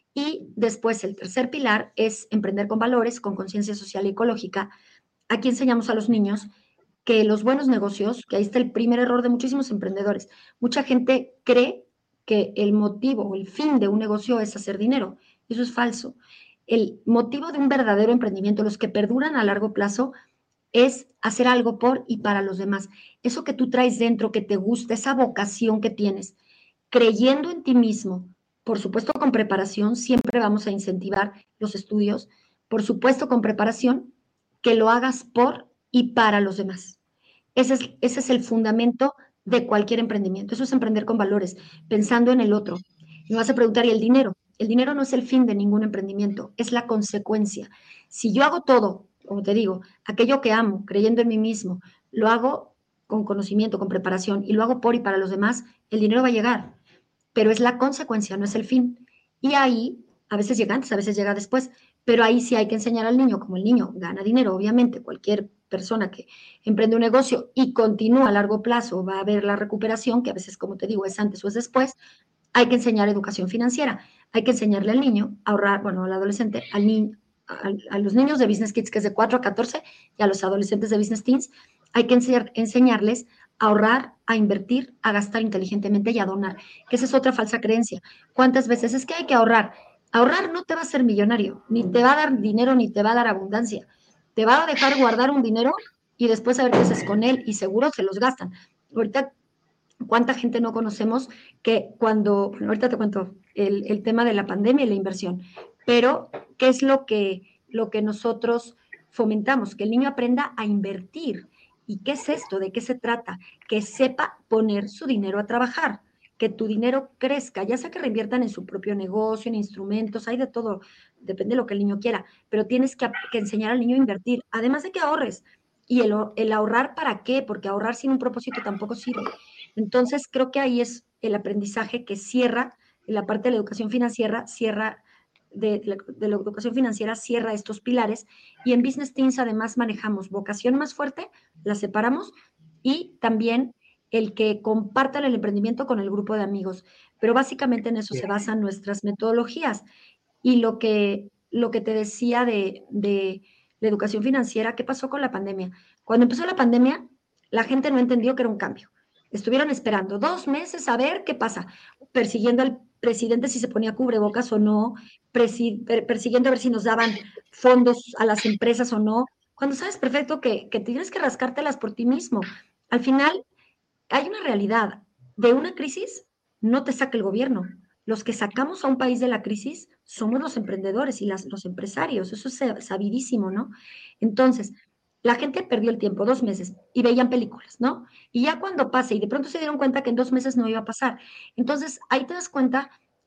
[SPEAKER 2] Y después el tercer pilar es emprender con valores, con conciencia social y ecológica. Aquí enseñamos a los niños que los buenos negocios, que ahí está el primer error de muchísimos emprendedores. Mucha gente cree que el motivo o el fin de un negocio es hacer dinero. Eso es falso. El motivo de un verdadero emprendimiento, los que perduran a largo plazo, es hacer algo por y para los demás. Eso que tú traes dentro, que te gusta, esa vocación que tienes, creyendo en ti mismo, por supuesto con preparación, siempre vamos a incentivar los estudios, por supuesto con preparación, que lo hagas por y para los demás. Ese es, ese es el fundamento de cualquier emprendimiento. Eso es emprender con valores, pensando en el otro. Me vas a preguntar, ¿y el dinero? El dinero no es el fin de ningún emprendimiento, es la consecuencia. Si yo hago todo, como te digo, aquello que amo, creyendo en mí mismo, lo hago con conocimiento, con preparación, y lo hago por y para los demás, el dinero va a llegar, pero es la consecuencia, no es el fin. Y ahí, a veces llega antes, a veces llega después, pero ahí sí hay que enseñar al niño, como el niño gana dinero, obviamente, cualquier persona que emprende un negocio y continúa a largo plazo va a ver la recuperación, que a veces, como te digo, es antes o es después. Hay que enseñar educación financiera, hay que enseñarle al niño a ahorrar, bueno, al adolescente, al niño, a, a los niños de Business Kids, que es de cuatro a catorce, y a los adolescentes de Business Teens, hay que enseñar, enseñarles a ahorrar, a invertir, a gastar inteligentemente y a donar, que esa es otra falsa creencia. ¿Cuántas veces es que hay que ahorrar? Ahorrar no te va a hacer millonario, ni te va a dar dinero, ni te va a dar abundancia. Te va a dejar guardar un dinero y después saber qué haces con él y seguro se los gastan. Ahorita, ¿cuánta gente no conocemos que cuando, bueno, ahorita te cuento el, el tema de la pandemia y la inversión, pero ¿qué es lo que, lo que nosotros fomentamos? Que el niño aprenda a invertir. ¿Y qué es esto? ¿De qué se trata? Que sepa poner su dinero a trabajar, que tu dinero crezca, ya sea que reinviertan en su propio negocio, en instrumentos, hay de todo, depende de lo que el niño quiera, pero tienes que, que enseñar al niño a invertir, además de que ahorres. ¿Y el, el ahorrar para qué? Porque ahorrar sin un propósito tampoco sirve. Entonces, creo que ahí es el aprendizaje que cierra, en la parte de la educación financiera, cierra, de, la, de la educación financiera, cierra estos pilares. Y en Business Teens, además, manejamos vocación más fuerte, la separamos, y también el que compartan el emprendimiento con el grupo de amigos. Pero básicamente en eso se basan nuestras metodologías. Y lo que, lo que te decía de, de la educación financiera, ¿qué pasó con la pandemia? Cuando empezó la pandemia, la gente no entendió que era un cambio. Estuvieron esperando dos meses a ver qué pasa, persiguiendo al presidente si se ponía cubrebocas o no, persiguiendo a ver si nos daban fondos a las empresas o no, cuando sabes perfecto que, que tienes que rascártelas por ti mismo. Al final, hay una realidad. De una crisis no te saca el gobierno. Los que sacamos a un país de la crisis somos los emprendedores y las, los empresarios. Eso es sabidísimo, ¿no? Entonces, la gente perdió el tiempo, dos meses, y veían películas, ¿no? Y ya cuando pase, y de pronto se dieron cuenta que en dos meses no iba a pasar. Entonces, ahí te das cuenta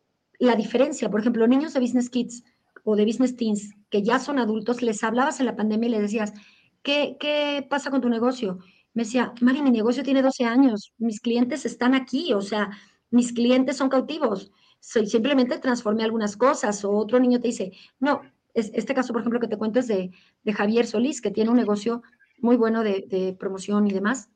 [SPEAKER 2] la diferencia. Por ejemplo, niños de Business Kids o de Business Teens, que ya son adultos, les hablabas en la pandemia y les decías, ¿qué, qué pasa con tu negocio? Me decía, Mari, mi negocio tiene doce años, mis clientes están aquí, o sea, mis clientes son cautivos. Soy, simplemente transformé algunas cosas. O otro niño te dice, no, es, este caso, por ejemplo, que te cuento es de, de Javier Solís, que tiene un negocio muy bueno de, de promoción y demás,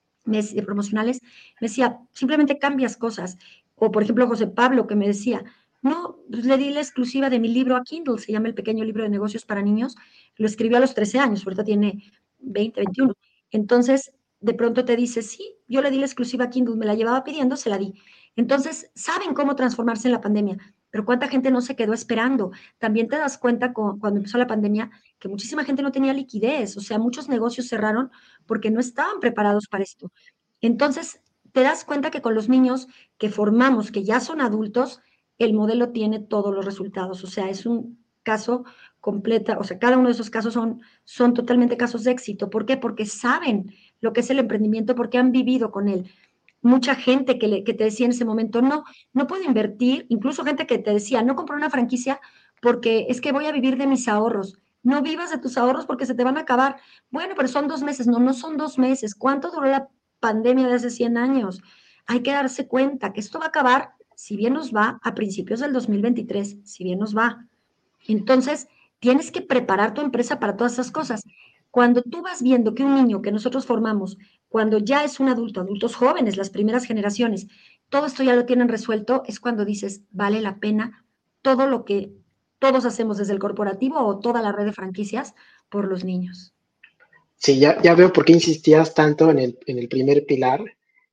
[SPEAKER 2] de promocionales. Me decía, simplemente cambias cosas. O, por ejemplo, José Pablo, que me decía, no, pues le di la exclusiva de mi libro a Kindle, se llama El Pequeño Libro de Negocios para Niños, lo escribió a los trece años, ahorita tiene veinte, veintiuno. Entonces, de pronto te dice, sí, yo le di la exclusiva a Kindle, me la llevaba pidiendo, se la di. Entonces, saben cómo transformarse en la pandemia, pero cuánta gente no se quedó esperando. También te das cuenta con, cuando empezó la pandemia que muchísima gente no tenía liquidez, o sea, muchos negocios cerraron porque no estaban preparados para esto. Entonces, te das cuenta que con los niños que formamos, que ya son adultos, el modelo tiene todos los resultados. O sea, es un caso completa, o sea, cada uno de esos casos son, son totalmente casos de éxito. ¿Por qué? Porque saben lo que es el emprendimiento, porque han vivido con él. Mucha gente que, le, que te decía en ese momento, no, no puedo invertir, incluso gente que te decía, no compro una franquicia porque es que voy a vivir de mis ahorros. No vivas de tus ahorros porque se te van a acabar. Bueno, pero son dos meses. No, no son dos meses. ¿Cuánto duró la pandemia de hace cien años? Hay que darse cuenta que esto va a acabar, si bien nos va, a principios del dos mil veintitrés, si bien nos va. Entonces, tienes que preparar tu empresa para todas esas cosas. Cuando tú vas viendo que un niño que nosotros formamos, cuando ya es un adulto, adultos jóvenes, las primeras generaciones, todo esto ya lo tienen resuelto, es cuando dices, vale la pena todo lo que todos hacemos desde el corporativo o toda la red de franquicias por los niños.
[SPEAKER 3] Sí, ya, ya veo por qué insistías tanto en el, en el primer pilar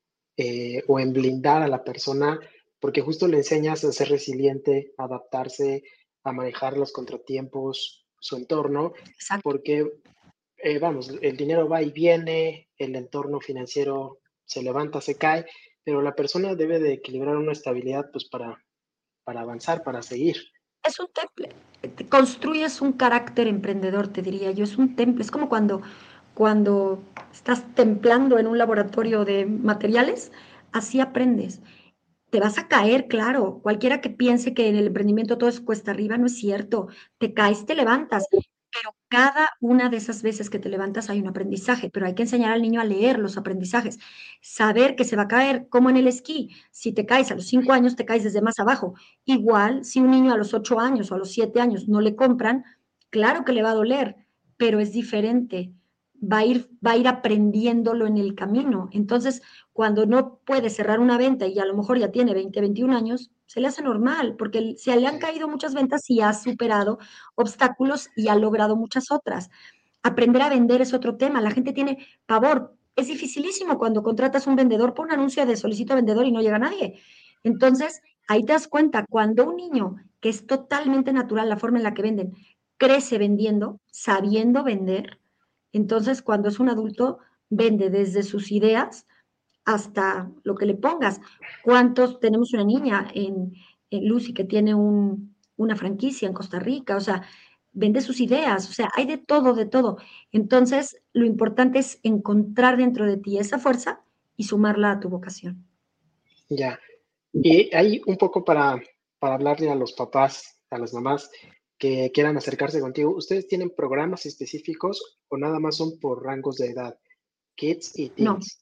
[SPEAKER 3] eh, o en blindar a la persona, porque justo le enseñas a ser resiliente, a adaptarse, a manejar los contratiempos, su entorno,
[SPEAKER 2] Exacto.
[SPEAKER 3] porque, eh, vamos, el dinero va y viene, el entorno financiero se levanta, se cae, pero la persona debe de equilibrar una estabilidad pues para, para avanzar, para seguir.
[SPEAKER 2] Es un temple. Te construyes un carácter emprendedor, te diría yo. Es un temple. Es como cuando, cuando estás templando en un laboratorio de materiales, así aprendes. Te vas a caer, claro. Cualquiera que piense que en el emprendimiento todo es cuesta arriba, no es cierto. Te caes, te levantas. Pero cada una de esas veces que te levantas hay un aprendizaje, pero hay que enseñar al niño a leer los aprendizajes, saber que se va a caer, como en el esquí. Si te caes a los cinco años, te caes desde más abajo. Igual, si un niño a los ocho años o a los siete años no le compran, claro que le va a doler, pero es diferente. Va a ir, va a ir aprendiéndolo en el camino. Entonces, cuando no puede cerrar una venta y a lo mejor ya tiene veinte, veintiún años, se le hace normal, porque se le han caído muchas ventas y ha superado obstáculos y ha logrado muchas otras. Aprender a vender es otro tema. La gente tiene pavor. Es dificilísimo cuando contratas un vendedor, pon un anuncio de solicito vendedor y no llega nadie. Entonces, ahí te das cuenta, cuando un niño, que es totalmente natural la forma en la que venden, crece vendiendo, sabiendo vender, entonces cuando es un adulto, vende desde sus ideas hasta lo que le pongas. ¿Cuántos? Tenemos una niña en, en Lucy que tiene un, una franquicia en Costa Rica, o sea, vende sus ideas, o sea, hay de todo, de todo. Entonces, lo importante es encontrar dentro de ti esa fuerza y sumarla a tu vocación.
[SPEAKER 3] Ya. Y hay un poco para, para hablarle a los papás, a las mamás que quieran acercarse contigo. ¿Ustedes tienen programas específicos o nada más son por rangos de edad? Kids y
[SPEAKER 2] No,
[SPEAKER 3] teens.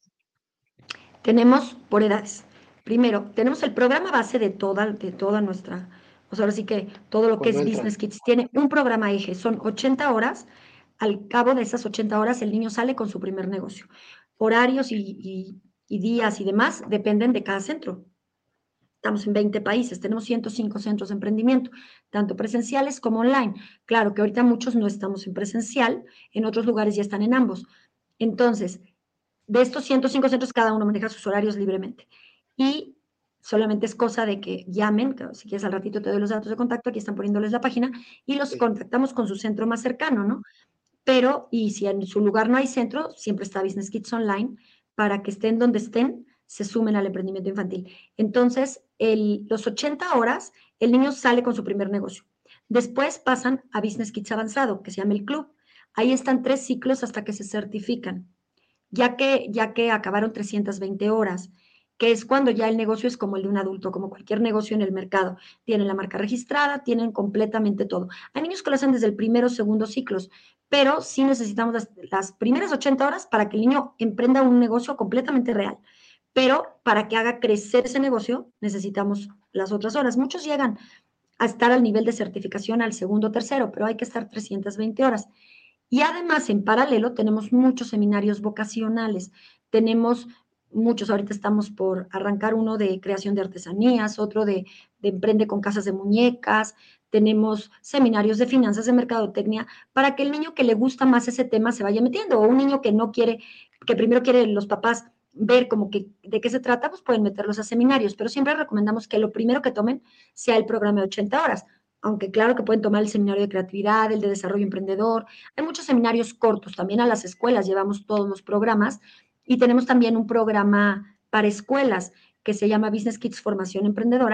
[SPEAKER 2] tenemos por edades. Primero, tenemos el programa base de toda, de toda nuestra, o sea, ahora sí que todo lo que
[SPEAKER 3] Cuando
[SPEAKER 2] es
[SPEAKER 3] entran.
[SPEAKER 2] Business Kids tiene un programa eje, son ochenta horas. Al cabo de esas ochenta horas, el niño sale con su primer negocio. Horarios y, y, y días y demás dependen de cada centro. Estamos en veinte países, tenemos ciento cinco centros de emprendimiento, tanto presenciales como online. Claro que ahorita muchos no estamos en presencial, en otros lugares ya están en ambos. Entonces, de estos ciento cinco centros, cada uno maneja sus horarios libremente. Y solamente es cosa de que llamen, si quieres al ratito te doy los datos de contacto, aquí están poniéndoles la página, y los
[SPEAKER 3] Sí.
[SPEAKER 2] contactamos con su centro más cercano, ¿no? Pero, y si en su lugar no hay centro, siempre está Business Kids Online, para que estén donde estén, se sumen al emprendimiento infantil. Entonces, el, los ochenta horas, el niño sale con su primer negocio. Después pasan a Business Kids Avanzado, que se llama el club. Ahí están tres ciclos hasta que se certifican, ya que, ya que acabaron trescientas veinte horas, que es cuando ya el negocio es como el de un adulto, como cualquier negocio en el mercado. Tienen la marca registrada, tienen completamente todo. Hay niños que lo hacen desde el primero o segundo ciclos, pero sí necesitamos las, las primeras ochenta horas para que el niño emprenda un negocio completamente real. Pero para que haga crecer ese negocio, necesitamos las otras horas. Muchos llegan a estar al nivel de certificación al segundo o tercero, pero hay que estar trescientas veinte horas. Y además, en paralelo, tenemos muchos seminarios vocacionales. Tenemos muchos, ahorita estamos por arrancar uno de creación de artesanías, otro de, de emprende con casas de muñecas. Tenemos seminarios de finanzas, de mercadotecnia, para que el niño que le gusta más ese tema se vaya metiendo, o un niño que no quiere, que primero quiere los papás ver como que de qué se trata, pues pueden meterlos a seminarios, pero siempre recomendamos que lo primero que tomen sea el programa de ochenta horas, aunque claro que pueden tomar el seminario de creatividad, el de desarrollo emprendedor. Hay muchos seminarios cortos, también a las escuelas llevamos todos los programas y tenemos también un programa para escuelas que se llama Business Kids Formación Emprendedora,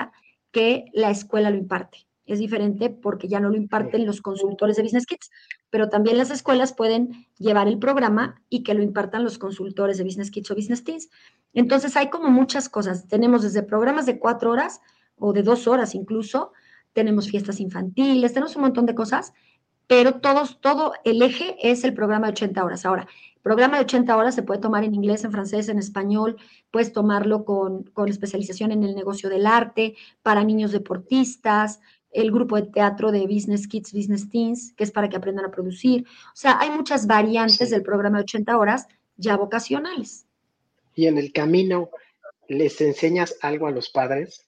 [SPEAKER 2] que la escuela lo imparte. Es diferente porque ya no lo imparten los consultores de Business Kids, pero también las escuelas pueden llevar el programa y que lo impartan los consultores de Business Kids o Business Teens. Entonces hay como muchas cosas. Tenemos desde programas de cuatro horas o de dos horas incluso, tenemos fiestas infantiles, tenemos un montón de cosas, pero todos, todo el eje es el programa de ochenta horas. Ahora, el programa de ochenta horas se puede tomar en inglés, en francés, en español, puedes tomarlo con, con especialización en el negocio del arte, para niños deportistas, el grupo de teatro de Business Kids, Business Teens, que es para que aprendan a producir. O sea, hay muchas variantes
[SPEAKER 3] Sí.
[SPEAKER 2] del programa de ochenta horas ya vocacionales.
[SPEAKER 3] Y en el camino, ¿les enseñas algo a los padres?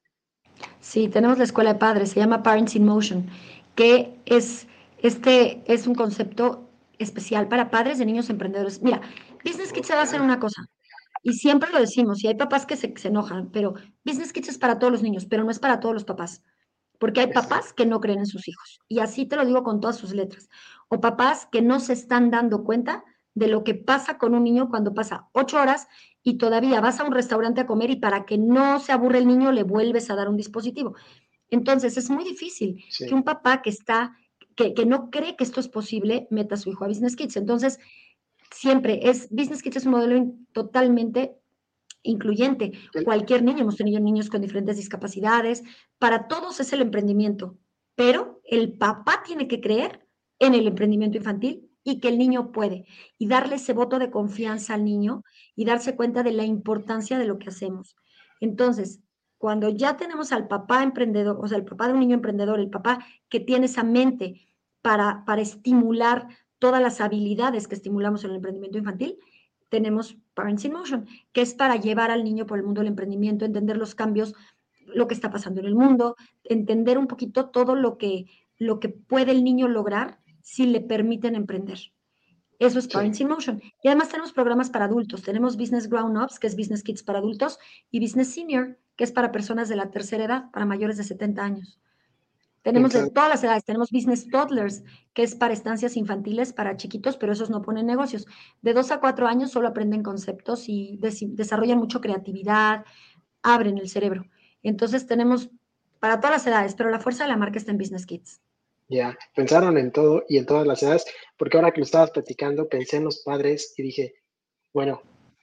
[SPEAKER 2] Sí, tenemos la escuela de padres, se llama Parents in Motion, que es, este es un concepto especial para padres de niños emprendedores. Mira, Business Kids se va a hacer una cosa, y siempre lo decimos, y hay papás que se, se enojan, pero Business Kids es para todos los niños, pero no es para todos los papás, porque hay papás que no creen en sus hijos, y así te lo digo con todas sus letras, o papás que no se están dando cuenta de lo que pasa con un niño cuando pasa ocho horas y todavía vas a un restaurante a comer y para que no se aburre el niño le vuelves a dar un dispositivo. Entonces es muy difícil
[SPEAKER 3] Sí.
[SPEAKER 2] que un papá que está, que, que no cree que esto es posible, meta a su hijo a Business Kids. Entonces, siempre es, Business Kids es un modelo in, totalmente incluyente. Cualquier niño, hemos tenido niños con diferentes discapacidades, para todos es el emprendimiento, pero el papá tiene que creer en el emprendimiento infantil y que el niño puede, y darle ese voto de confianza al niño y darse cuenta de la importancia de lo que hacemos. Entonces, cuando ya tenemos al papá emprendedor, o sea, el papá de un niño emprendedor, el papá que tiene esa mente para, para estimular todas las habilidades que estimulamos en el emprendimiento infantil, tenemos Parents in Motion, que es para llevar al niño por el mundo del emprendimiento, entender los cambios, lo que está pasando en el mundo, entender un poquito todo lo que, lo que puede el niño lograr si le permiten emprender. Eso es Parents
[SPEAKER 3] Sí.
[SPEAKER 2] in Motion. Y además tenemos programas para adultos. Tenemos Business Grown Ups, que es Business Kids para adultos, y Business Senior, que es para personas de la tercera edad, para mayores de setenta años. Tenemos de
[SPEAKER 3] Entonces,
[SPEAKER 2] todas las edades, tenemos Business Toddlers, que es para estancias infantiles, para chiquitos, pero esos no ponen negocios. De dos a cuatro años solo aprenden conceptos y des desarrollan mucho creatividad, abren el cerebro. Entonces tenemos para todas las edades, pero la fuerza de la marca está en Business Kids.
[SPEAKER 3] ya, pensaron en todo y en todas las edades, porque ahora que lo estabas platicando, pensé en los padres y dije, bueno,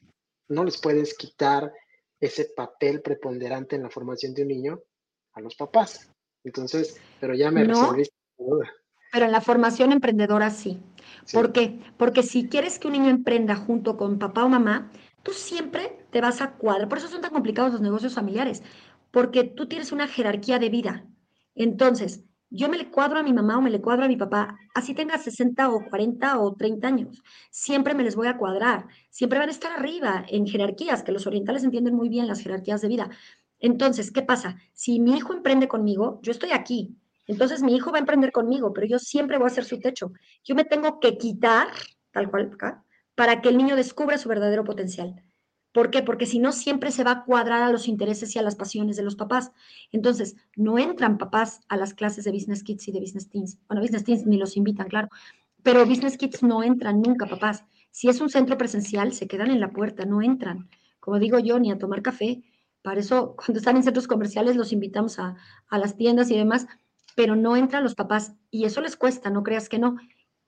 [SPEAKER 3] no les puedes quitar ese papel preponderante en la formación de un niño a los papás. Entonces, pero ya me
[SPEAKER 2] No,
[SPEAKER 3] resolviste la duda.
[SPEAKER 2] pero en la formación emprendedora sí.
[SPEAKER 3] Sí,
[SPEAKER 2] ¿Por qué? Porque si quieres que un niño emprenda junto con papá o mamá, tú siempre te vas a cuadrar. Por eso son tan complicados los negocios familiares, porque tú tienes una jerarquía de vida. Entonces, yo me le cuadro a mi mamá o me le cuadro a mi papá, así tenga sesenta o cuarenta o treinta años. Siempre me les voy a cuadrar. Siempre van a estar arriba en jerarquías, que los orientales entienden muy bien las jerarquías de vida. Entonces, ¿qué pasa? Si mi hijo emprende conmigo, yo estoy aquí. Entonces mi hijo va a emprender conmigo, pero yo siempre voy a ser su techo. Yo me tengo que quitar, tal cual acá, para que el niño descubra su verdadero potencial. ¿Por qué? Porque si no, siempre se va a cuadrar a los intereses y a las pasiones de los papás. Entonces, no entran papás a las clases de Business Kids y de Business Teens. Bueno, Business Teens ni los invitan, claro. Pero Business Kids no entran nunca, papás. Si es un centro presencial, se quedan en la puerta, no entran. Como digo yo, ni a tomar café. Para eso, cuando están en centros comerciales, los invitamos a, a las tiendas y demás, pero no entran los papás y eso les cuesta, no creas que no.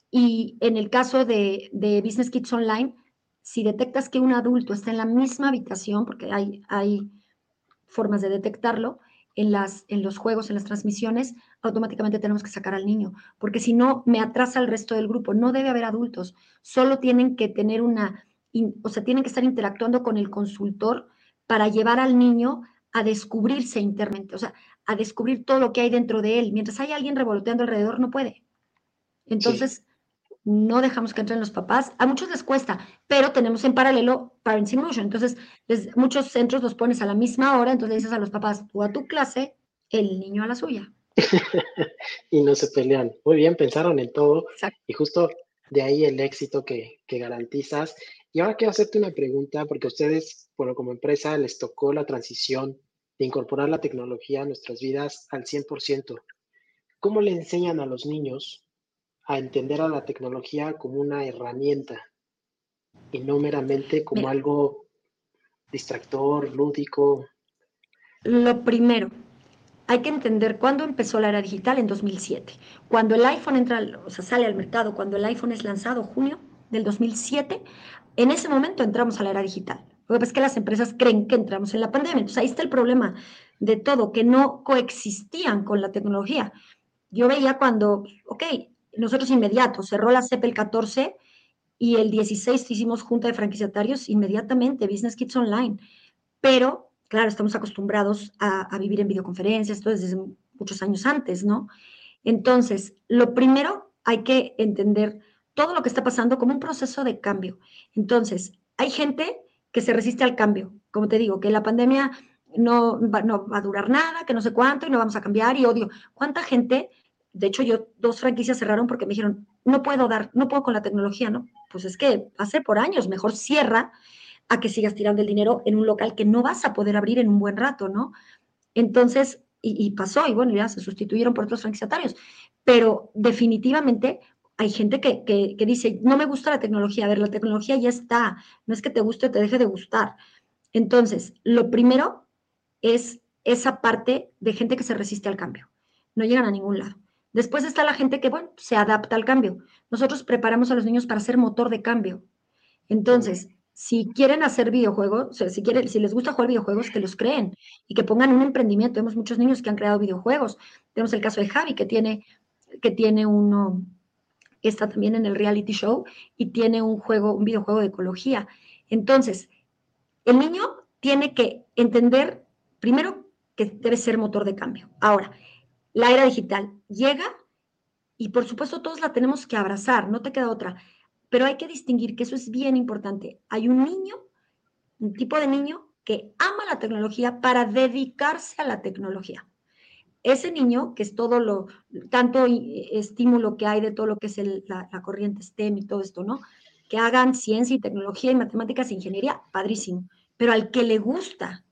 [SPEAKER 2] Y en el caso de, de Business Kids Online, si detectas que un adulto está en la misma habitación, porque hay, hay formas de detectarlo, en, las, en los juegos, en las transmisiones, automáticamente tenemos que sacar al niño, porque si no, me atrasa el resto del grupo. No debe haber adultos, solo tienen que tener una, o sea, tienen que estar interactuando con el consultor para llevar al niño a descubrirse internamente, o sea, a descubrir todo lo que hay dentro de él. Mientras hay alguien revoloteando alrededor, no puede.
[SPEAKER 3] sí.
[SPEAKER 2] Entonces, no dejamos que entren los papás. A muchos les cuesta, pero tenemos en paralelo Parents in Motion. Entonces, les, muchos centros los pones a la misma hora, entonces le dices a los papás, tú a tu clase, el niño a la suya.
[SPEAKER 3] Y no se pelean. Muy bien, pensaron en todo
[SPEAKER 2] Exacto.
[SPEAKER 3] y justo de ahí el éxito que, que garantizas. Y ahora quiero hacerte una pregunta, porque a ustedes, bueno, como empresa les tocó la transición de incorporar la tecnología a nuestras vidas al cien por ciento. ¿Cómo le enseñan a los niños a entender a la tecnología como una herramienta y no meramente como
[SPEAKER 2] Mira,
[SPEAKER 3] algo distractor, lúdico?
[SPEAKER 2] lo primero, hay que entender cuándo empezó la era digital en dos mil siete. Cuando el iPhone entra, o sea, sale al mercado, cuando el iPhone es lanzado, junio del dos mil siete, en ese momento entramos a la era digital. Lo que pasa es que las empresas creen que entramos en la pandemia. Entonces ahí está el problema de todo, que no coexistían con la tecnología. Yo veía cuando, ok, nosotros inmediato, cerró la C E P el catorce y el dieciséis hicimos junta de franquiciatarios inmediatamente, Business Kids Online. Pero, claro, estamos acostumbrados a, a vivir en videoconferencias, esto desde muchos años antes, ¿no? Entonces, lo primero, hay que entender todo lo que está pasando como un proceso de cambio. Entonces, hay gente que se resiste al cambio, como te digo, que la pandemia no va, no va a durar nada, que no sé cuánto, y no vamos a cambiar, y odio. ¿Cuánta gente? De hecho, yo dos franquicias cerraron porque me dijeron, no puedo dar, no puedo con la tecnología, ¿no? Pues es que hace por años, mejor cierra a que sigas tirando el dinero en un local que no vas a poder abrir en un buen rato, ¿no? Entonces, y, y pasó, y bueno, ya se sustituyeron por otros franquiciatarios, pero definitivamente hay gente que, que, que dice, no me gusta la tecnología, a ver, la tecnología ya está, no es que te guste o te deje de gustar. Entonces, lo primero es esa parte de gente que se resiste al cambio, no llegan a ningún lado. Después está la gente que, bueno, se adapta al cambio. Nosotros preparamos a los niños para ser motor de cambio. Entonces, si quieren hacer videojuegos, o sea, si, quieren, si les gusta jugar videojuegos, que los creen y que pongan un emprendimiento. Tenemos muchos niños que han creado videojuegos. Tenemos el caso de Javi, que tiene, que tiene uno, está también en el reality show y tiene un juego, un videojuego de ecología. Entonces, el niño tiene que entender, primero, que debe ser motor de cambio. Ahora, la era digital llega y por supuesto todos la tenemos que abrazar, no te queda otra. Pero hay que distinguir que eso es bien importante. Hay un niño, un tipo de niño que ama la tecnología para dedicarse a la tecnología. Ese niño, que es todo lo, tanto estímulo que hay de todo lo que es el, la, la corriente STEM y todo esto, ¿no? Que hagan ciencia y tecnología y matemáticas e ingeniería, padrísimo. Pero al que le gusta,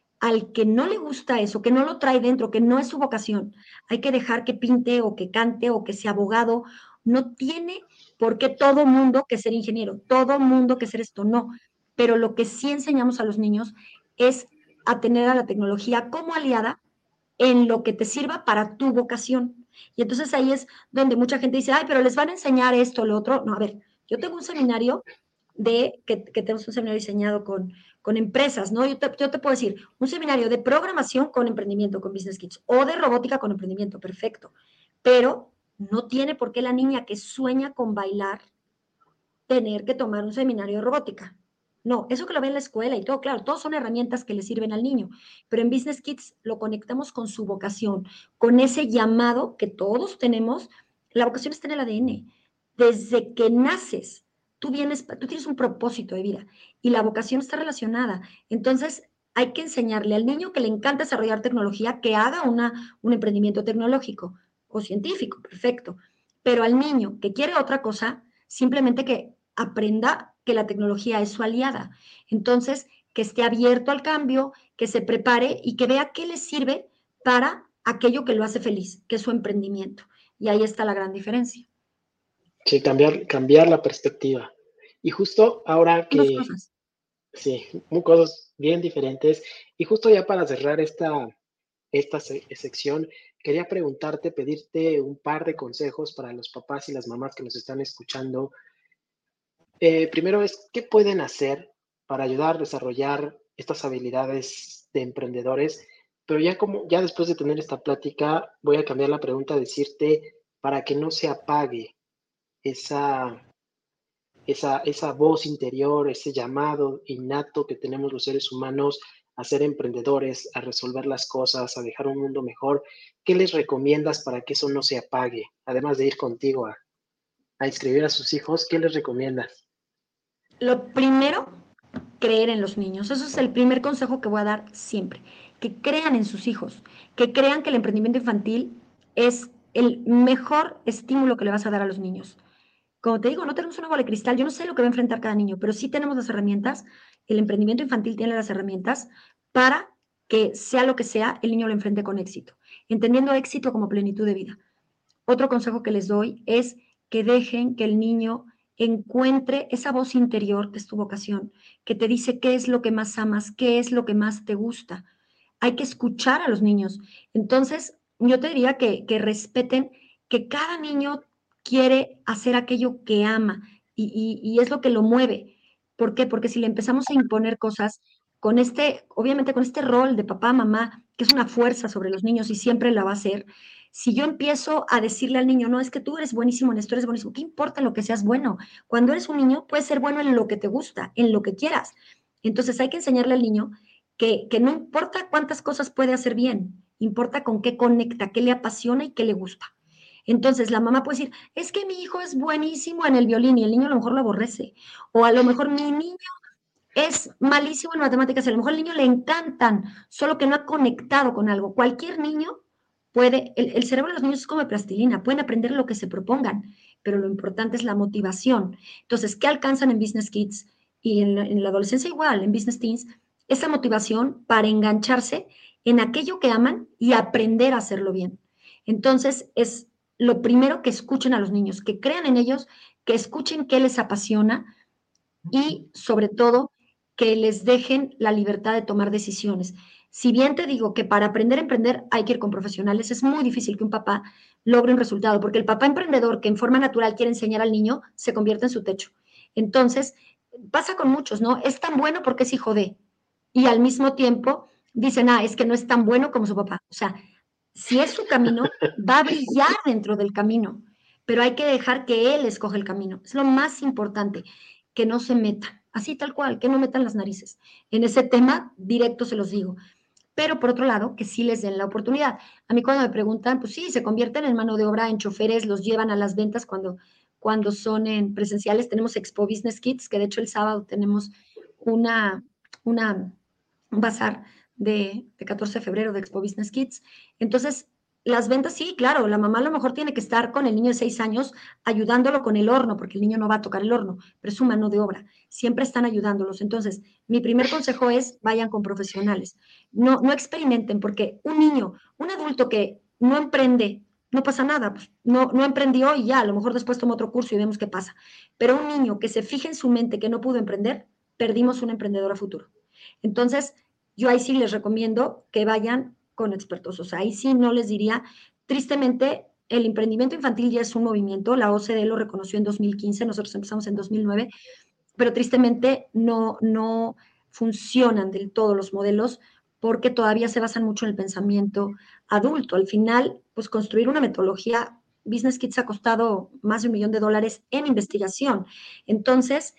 [SPEAKER 2] al que no le gusta eso, que no lo trae dentro, que no es su vocación, hay que dejar que pinte o que cante o que sea abogado. No tiene por qué todo mundo que ser ingeniero, todo mundo que ser esto, no. Pero lo que sí enseñamos a los niños es a tener a la tecnología como aliada en lo que te sirva para tu vocación. Y entonces ahí es donde mucha gente dice, ay, pero les van a enseñar esto, lo otro. No, a ver, yo tengo un seminario de, que, que tenemos un seminario diseñado con, con empresas, ¿no? Yo te, yo te puedo decir, un seminario de programación con emprendimiento, con Business Kids, o de robótica con emprendimiento, perfecto. Pero no tiene por qué la niña que sueña con bailar tener que tomar un seminario de robótica. No, eso que lo ve en la escuela y todo, claro, todos son herramientas que le sirven al niño, pero en Business Kids lo conectamos con su vocación, con ese llamado que todos tenemos. La vocación está en el A D N. Desde que naces, tú vienes, tú tienes un propósito de vida y la vocación está relacionada. Entonces, hay que enseñarle al niño que le encanta desarrollar tecnología, que haga una, un emprendimiento tecnológico o científico, perfecto. Pero al niño que quiere otra cosa, simplemente que aprenda que la tecnología es su aliada. Entonces, que esté abierto al cambio, que se prepare y que vea qué le sirve para aquello que lo hace feliz, que es su emprendimiento. Y ahí está la gran diferencia.
[SPEAKER 3] Sí, cambiar, cambiar la perspectiva. Y justo ahora
[SPEAKER 2] Dos
[SPEAKER 3] que,
[SPEAKER 2] cosas.
[SPEAKER 3] sí, muy cosas bien diferentes. Y justo ya para cerrar esta, esta se- sección, quería preguntarte, pedirte un par de consejos para los papás y las mamás que nos están escuchando. Eh, primero es, ¿qué pueden hacer para ayudar a desarrollar estas habilidades de emprendedores? Pero ya como, ya después de tener esta plática, voy a cambiar la pregunta a decirte para que no se apague esa, esa, esa voz interior, ese llamado innato que tenemos los seres humanos a ser emprendedores, a resolver las cosas, a dejar un mundo mejor. ¿Qué les recomiendas para que eso no se apague? Además de ir contigo a, a inscribir a sus hijos, ¿qué les recomiendas?
[SPEAKER 2] Lo primero, creer en los niños. Eso es el primer consejo que voy a dar siempre. Que crean en sus hijos, que crean que el emprendimiento infantil es el mejor estímulo que le vas a dar a los niños. Como te digo, no tenemos una bola de cristal, yo no sé lo que va a enfrentar cada niño, pero sí tenemos las herramientas, el emprendimiento infantil tiene las herramientas para que sea lo que sea, el niño lo enfrente con éxito, entendiendo éxito como plenitud de vida. Otro consejo que les doy es que dejen que el niño encuentre esa voz interior que es tu vocación, que te dice qué es lo que más amas, qué es lo que más te gusta. hay que escuchar a los niños. Entonces, yo te diría que, que respeten que cada niño quiere hacer aquello que ama y, y, y es lo que lo mueve. ¿Por qué? Porque si le empezamos a imponer cosas con este, obviamente con este rol de papá, mamá, que es una fuerza sobre los niños y siempre la va a ser, si yo empiezo a decirle al niño, no, es que tú eres buenísimo en esto, eres buenísimo, ¿qué importa en lo que seas bueno? Cuando eres un niño, puedes ser bueno en lo que te gusta, en lo que quieras. Entonces hay que enseñarle al niño que, que no importa cuántas cosas puede hacer bien, importa con qué conecta, qué le apasiona y qué le gusta. Entonces la mamá puede decir, es que mi hijo es buenísimo en el violín y el niño a lo mejor lo aborrece. O a lo mejor mi niño es malísimo en matemáticas y a lo mejor al niño le encantan, solo que no ha conectado con algo. Cualquier niño puede, el, el cerebro de los niños es como plastilina, pueden aprender lo que se propongan, pero lo importante es la motivación. Entonces, ¿qué alcanzan en Business Kids? Y en la, en la adolescencia igual, en Business Teens, esa motivación para engancharse en aquello que aman y aprender a hacerlo bien. Entonces, es lo primero que escuchen a los niños, que crean en ellos, que escuchen qué les apasiona y, sobre todo, que les dejen la libertad de tomar decisiones. Si bien te digo que para aprender a emprender hay que ir con profesionales, es muy difícil que un papá logre un resultado, porque el papá emprendedor que en forma natural quiere enseñar al niño se convierte en su techo. Entonces, pasa con muchos, ¿no? Es tan bueno porque es hijo de, y al mismo tiempo dicen, ah, es que no es tan bueno como su papá. O sea, si es su camino, va a brillar dentro del camino, pero hay que dejar que él escoja el camino. Es lo más importante, que no se metan, así tal cual, que no metan las narices. En ese tema, directo se los digo. Pero por otro lado, que sí les den la oportunidad. A mí cuando me preguntan, pues sí, se convierten en mano de obra, en choferes, los llevan a las ventas cuando, cuando son en presenciales. Tenemos Expo Business Kids, que de hecho el sábado tenemos una, una un bazar de, de catorce de febrero de Expo Business Kids. Entonces, las ventas, sí, claro, la mamá a lo mejor tiene que estar con el niño de seis años ayudándolo con el horno, porque el niño no va a tocar el horno, pero es su mano de obra. Siempre están ayudándolos. Entonces, mi primer consejo es vayan con profesionales. No, no experimenten, porque un niño, un adulto que no emprende, no pasa nada, pues no, no emprendió y ya, a lo mejor después toma otro curso y vemos qué pasa. Pero un niño que se fije en su mente que no pudo emprender, perdimos un emprendedor a futuro. Entonces, yo ahí sí les recomiendo que vayan con expertos. O sea, ahí sí no les diría, tristemente, el emprendimiento infantil ya es un movimiento, la O C D E lo reconoció en dos mil quince, nosotros empezamos en dos mil nueve, pero tristemente no, no funcionan del todo los modelos porque todavía se basan mucho en el pensamiento adulto. Al final, pues construir una metodología, Business Kids ha costado más de un millón de dólares en investigación. Entonces,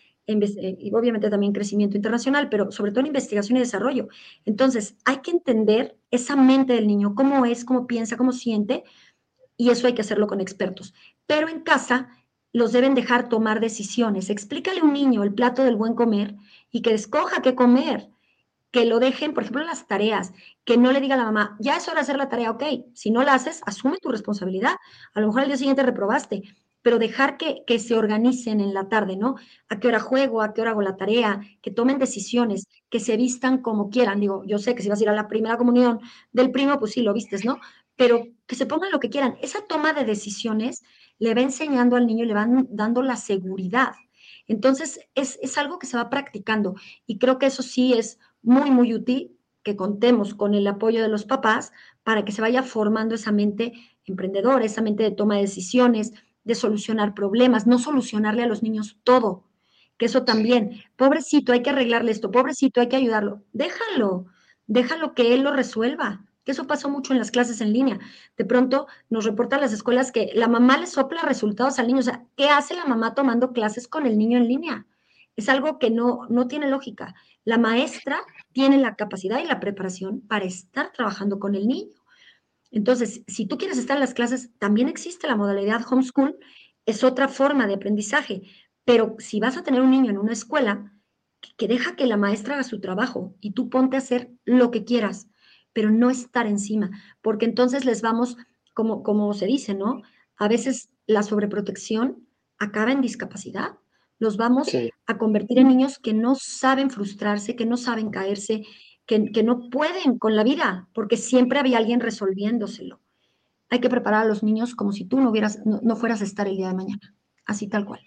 [SPEAKER 2] y obviamente también crecimiento internacional, pero sobre todo en investigación y desarrollo. Entonces, hay que entender esa mente del niño, cómo es, cómo piensa, cómo siente, y eso hay que hacerlo con expertos. Pero en casa los deben dejar tomar decisiones. Explícale a un niño el plato del buen comer y que escoja qué comer. Que lo dejen, por ejemplo, las tareas, que no le diga a la mamá, ya es hora de hacer la tarea, ok, si no la haces, asume tu responsabilidad. A lo mejor al día siguiente reprobaste, pero dejar que, que se organicen en la tarde, ¿no? ¿A qué hora juego? ¿A qué hora hago la tarea? Que tomen decisiones, que se vistan como quieran. Digo, yo sé que si vas a ir a la primera comunión del primo, pues sí, lo vistes, ¿no? Pero que se pongan lo que quieran. Esa toma de decisiones le va enseñando al niño, le van dando la seguridad. Entonces, es, es algo que se va practicando y creo que eso sí es muy, muy útil que contemos con el apoyo de los papás para que se vaya formando esa mente emprendedora, esa mente de toma de decisiones, de solucionar problemas, no solucionarle a los niños todo, que eso también, pobrecito, hay que arreglarle esto, pobrecito, hay que ayudarlo, déjalo, déjalo que él lo resuelva, que eso pasó mucho en las clases en línea. De pronto nos reportan las escuelas que la mamá le sopla resultados al niño, o sea, ¿qué hace la mamá tomando clases con el niño en línea? Es algo que no, no tiene lógica. La maestra tiene la capacidad y la preparación para estar trabajando con el niño. Entonces, si tú quieres estar en las clases, también existe la modalidad homeschool, es otra forma de aprendizaje, pero si vas a tener un niño en una escuela, que deja que la maestra haga su trabajo y tú ponte a hacer lo que quieras, pero no estar encima, porque entonces les vamos, como, como se dice, ¿no? A veces la sobreprotección acaba en discapacidad. Los vamos
[SPEAKER 3] Sí.
[SPEAKER 2] a convertir en niños que no saben frustrarse, que no saben caerse, que, que no pueden con la vida, porque siempre había alguien resolviéndoselo. Hay que preparar a los niños como si tú no, hubieras, no, no fueras a estar el día de mañana, así tal cual.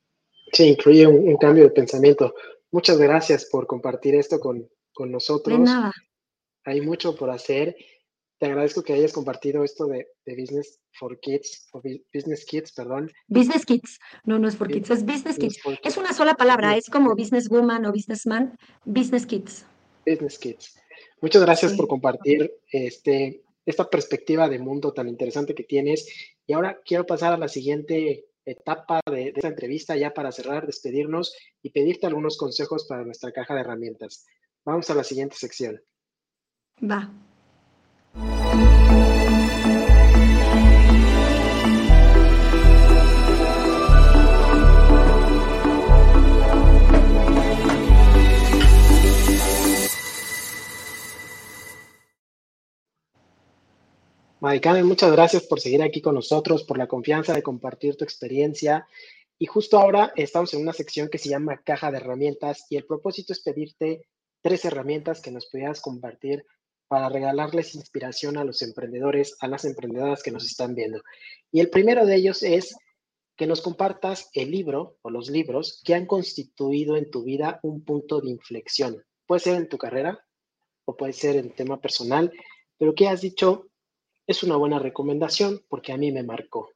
[SPEAKER 3] Sí, incluye un, un cambio de pensamiento. Muchas gracias por compartir esto con, con
[SPEAKER 2] De
[SPEAKER 3] nosotros.
[SPEAKER 2] nada.
[SPEAKER 3] hay mucho por hacer. Te agradezco que hayas compartido esto de, de Business for Kids, o Business Kids, perdón.
[SPEAKER 2] Business Kids, no, no es for kids, es Business Kids.
[SPEAKER 3] Kids.
[SPEAKER 2] Es una sola palabra, es como businesswoman o businessman, Business Kids.
[SPEAKER 3] Business Kids. Muchas gracias
[SPEAKER 2] Sí.
[SPEAKER 3] por compartir este, esta perspectiva de mundo tan interesante que tienes. Y ahora quiero pasar a la siguiente etapa de, de esta entrevista, ya para cerrar, despedirnos y pedirte algunos consejos para nuestra caja de herramientas. Vamos a la siguiente sección.
[SPEAKER 2] Va.
[SPEAKER 3] Mari Carmen, muchas gracias por seguir aquí con nosotros, por la confianza de compartir tu experiencia. Y justo ahora estamos en una sección que se llama Caja de Herramientas y el propósito es pedirte tres herramientas que nos pudieras compartir para regalarles inspiración a los emprendedores, a las emprendedoras que nos están viendo. Y el primero de ellos es que nos compartas el libro o los libros que han constituido en tu vida un punto de inflexión. Puede ser en tu carrera o puede ser en tema personal, pero que has dicho, es una buena recomendación porque a mí me marcó.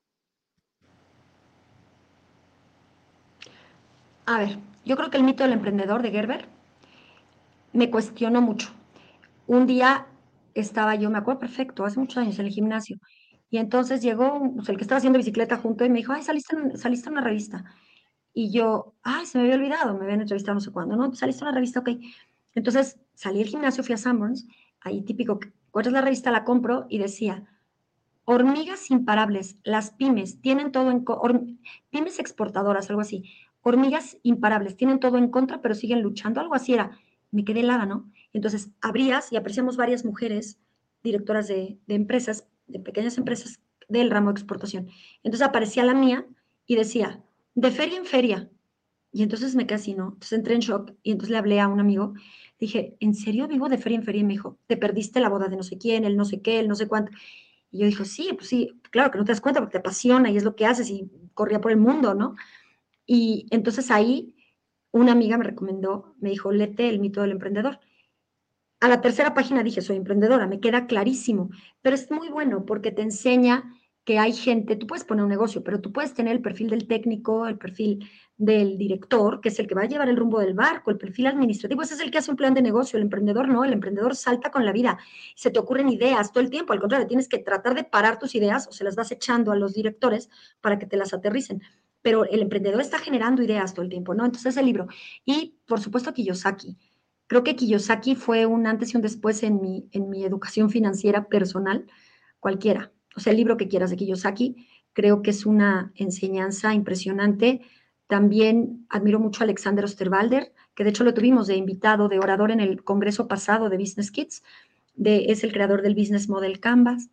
[SPEAKER 2] A ver, yo creo que el mito del emprendedor de Gerber me cuestionó mucho. Un día estaba yo, me acuerdo perfecto, hace muchos años en el gimnasio, y entonces llegó pues, el que estaba haciendo bicicleta junto y me dijo, ay, saliste en, saliste en una revista. Y yo, ay, se me había olvidado, me habían entrevistado no sé cuándo, ¿no? Saliste en una revista, ok. Entonces salí del gimnasio, fui a Sanborns, ahí típico, ¿cuál es la revista? La compro y decía, hormigas imparables, las pymes tienen todo en contra, pymes exportadoras, algo así, hormigas imparables, tienen todo en contra, pero siguen luchando, algo así era. Me quedé helada, ¿no? Entonces abrías y apreciamos varias mujeres directoras de, de empresas, de pequeñas empresas del ramo de exportación. Entonces aparecía la mía y decía, de feria en feria. Y entonces me quedé así, ¿no? Entonces entré en shock y entonces le hablé a un amigo. Dije, ¿en serio vivo de feria en feria? Y me dijo, te perdiste la boda de no sé quién, el no sé qué, el no sé cuánto. Y yo dije, sí, pues sí, claro que no te das cuenta porque te apasiona y es lo que haces y corría por el mundo, ¿no? Y entonces ahí una amiga me recomendó, me dijo, léete El mito del emprendedor. A la tercera página dije, soy emprendedora, me queda clarísimo, pero es muy bueno porque te enseña que hay gente, tú puedes poner un negocio, pero tú puedes tener el perfil del técnico, el perfil del director, que es el que va a llevar el rumbo del barco, el perfil administrativo, ese es el que hace un plan de negocio, el emprendedor no, el emprendedor salta con la vida, se te ocurren ideas todo el tiempo, al contrario, tienes que tratar de parar tus ideas o se las vas echando a los directores para que te las aterricen, pero el emprendedor está generando ideas todo el tiempo, ¿no? Entonces el libro, y por supuesto Kiyosaki. Creo que Kiyosaki fue un antes y un después en mi, en mi educación financiera personal, cualquiera. O sea, el libro que quieras de Kiyosaki, creo que es una enseñanza impresionante. También admiro mucho a Alexander Osterwalder, que de hecho lo tuvimos de invitado, de orador en el congreso pasado de Business Kids, de, es el creador del Business Model Canvas.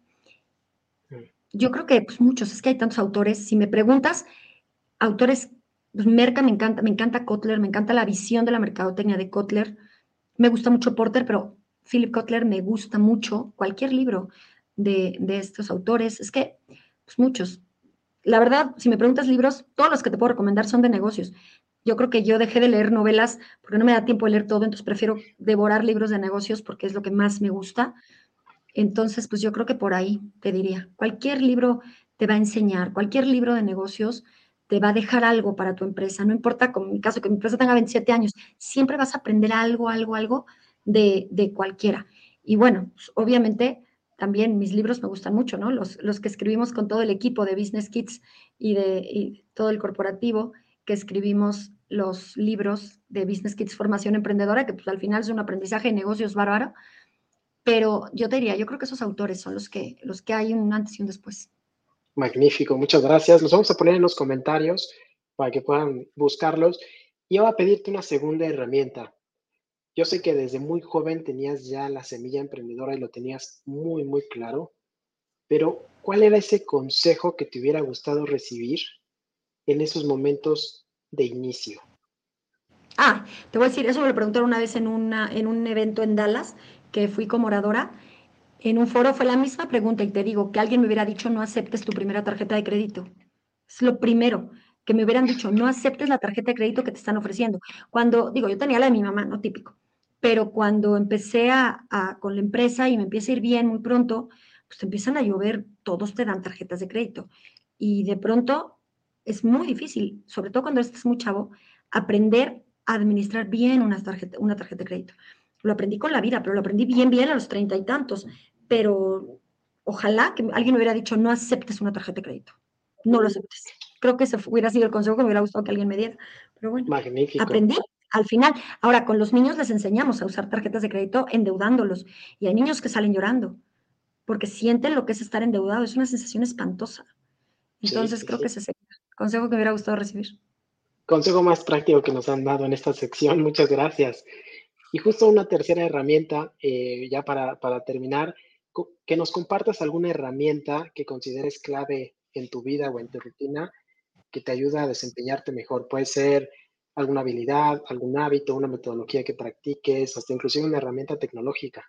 [SPEAKER 2] Yo creo que pues, muchos, es que hay tantos autores. Si me preguntas, autores, pues Merca me encanta, me encanta Kotler, me encanta la visión de la mercadotecnia de Kotler. Me gusta mucho Porter, pero Philip Kotler me gusta mucho. Cualquier libro de, de estos autores, es que, pues muchos. La verdad, si me preguntas libros, todos los que te puedo recomendar son de negocios. Yo creo que yo dejé de leer novelas porque no me da tiempo de leer todo, entonces prefiero devorar libros de negocios porque es lo que más me gusta. Entonces, pues yo creo que por ahí te diría, cualquier libro te va a enseñar, cualquier libro de negocios te va a dejar algo para tu empresa. No importa, como en mi caso, que mi empresa tenga veintisiete años, siempre vas a aprender algo, algo, algo de, de cualquiera. Y bueno, pues, obviamente también mis libros me gustan mucho, ¿no? Los, los que escribimos con todo el equipo de Business Kids y de y todo el corporativo, que escribimos los libros de Business Kids Formación Emprendedora, que pues al final es un aprendizaje de negocios bárbaro. Pero yo te diría, yo creo que esos autores son los que, los que hay un antes y un después.
[SPEAKER 3] Magnífico, muchas gracias. Los vamos a poner en los comentarios para que puedan buscarlos. Y yo voy a pedirte una segunda herramienta. Yo sé que desde muy joven tenías ya la semilla emprendedora y lo tenías muy, muy claro, pero ¿cuál era ese consejo que te hubiera gustado recibir en esos momentos de inicio?
[SPEAKER 2] Ah, te voy a decir, eso me lo preguntaron una vez en, una, en un evento en Dallas, que fui como oradora. En un foro fue la misma pregunta y te digo, que alguien me hubiera dicho no aceptes tu primera tarjeta de crédito. Es lo primero, que me hubieran dicho no aceptes la tarjeta de crédito que te están ofreciendo. Cuando, digo, yo tenía la de mi mamá, no típico, pero cuando empecé a, a, con la empresa y me empieza a ir bien muy pronto, pues te empiezan a llover, todos te dan tarjetas de crédito. Y de pronto es muy difícil, sobre todo cuando estás muy chavo, aprender a administrar bien una tarjeta, una tarjeta de crédito. Lo aprendí con la vida, pero lo aprendí bien, bien a los treinta y tantos. Pero ojalá que alguien me hubiera dicho, no aceptes una tarjeta de crédito. No lo aceptes. Creo que ese hubiera sido el consejo que me hubiera gustado que alguien me diera. Pero bueno,
[SPEAKER 3] Magnífico.
[SPEAKER 2] aprendí al final. Ahora, con los niños les enseñamos a usar tarjetas de crédito endeudándolos. Y hay niños que salen llorando porque sienten lo que es estar endeudado. Es una sensación espantosa. Entonces,
[SPEAKER 3] Sí, sí,
[SPEAKER 2] creo
[SPEAKER 3] sí.
[SPEAKER 2] que ese es el consejo que me hubiera gustado recibir.
[SPEAKER 3] Consejo más práctico que nos han dado en esta sección. Muchas gracias. Y justo una tercera herramienta, eh, ya para, para terminar, que nos compartas alguna herramienta que consideres clave en tu vida o en tu rutina que te ayuda a desempeñarte mejor. Puede ser alguna habilidad, algún hábito, una metodología que practiques, hasta inclusive una herramienta tecnológica.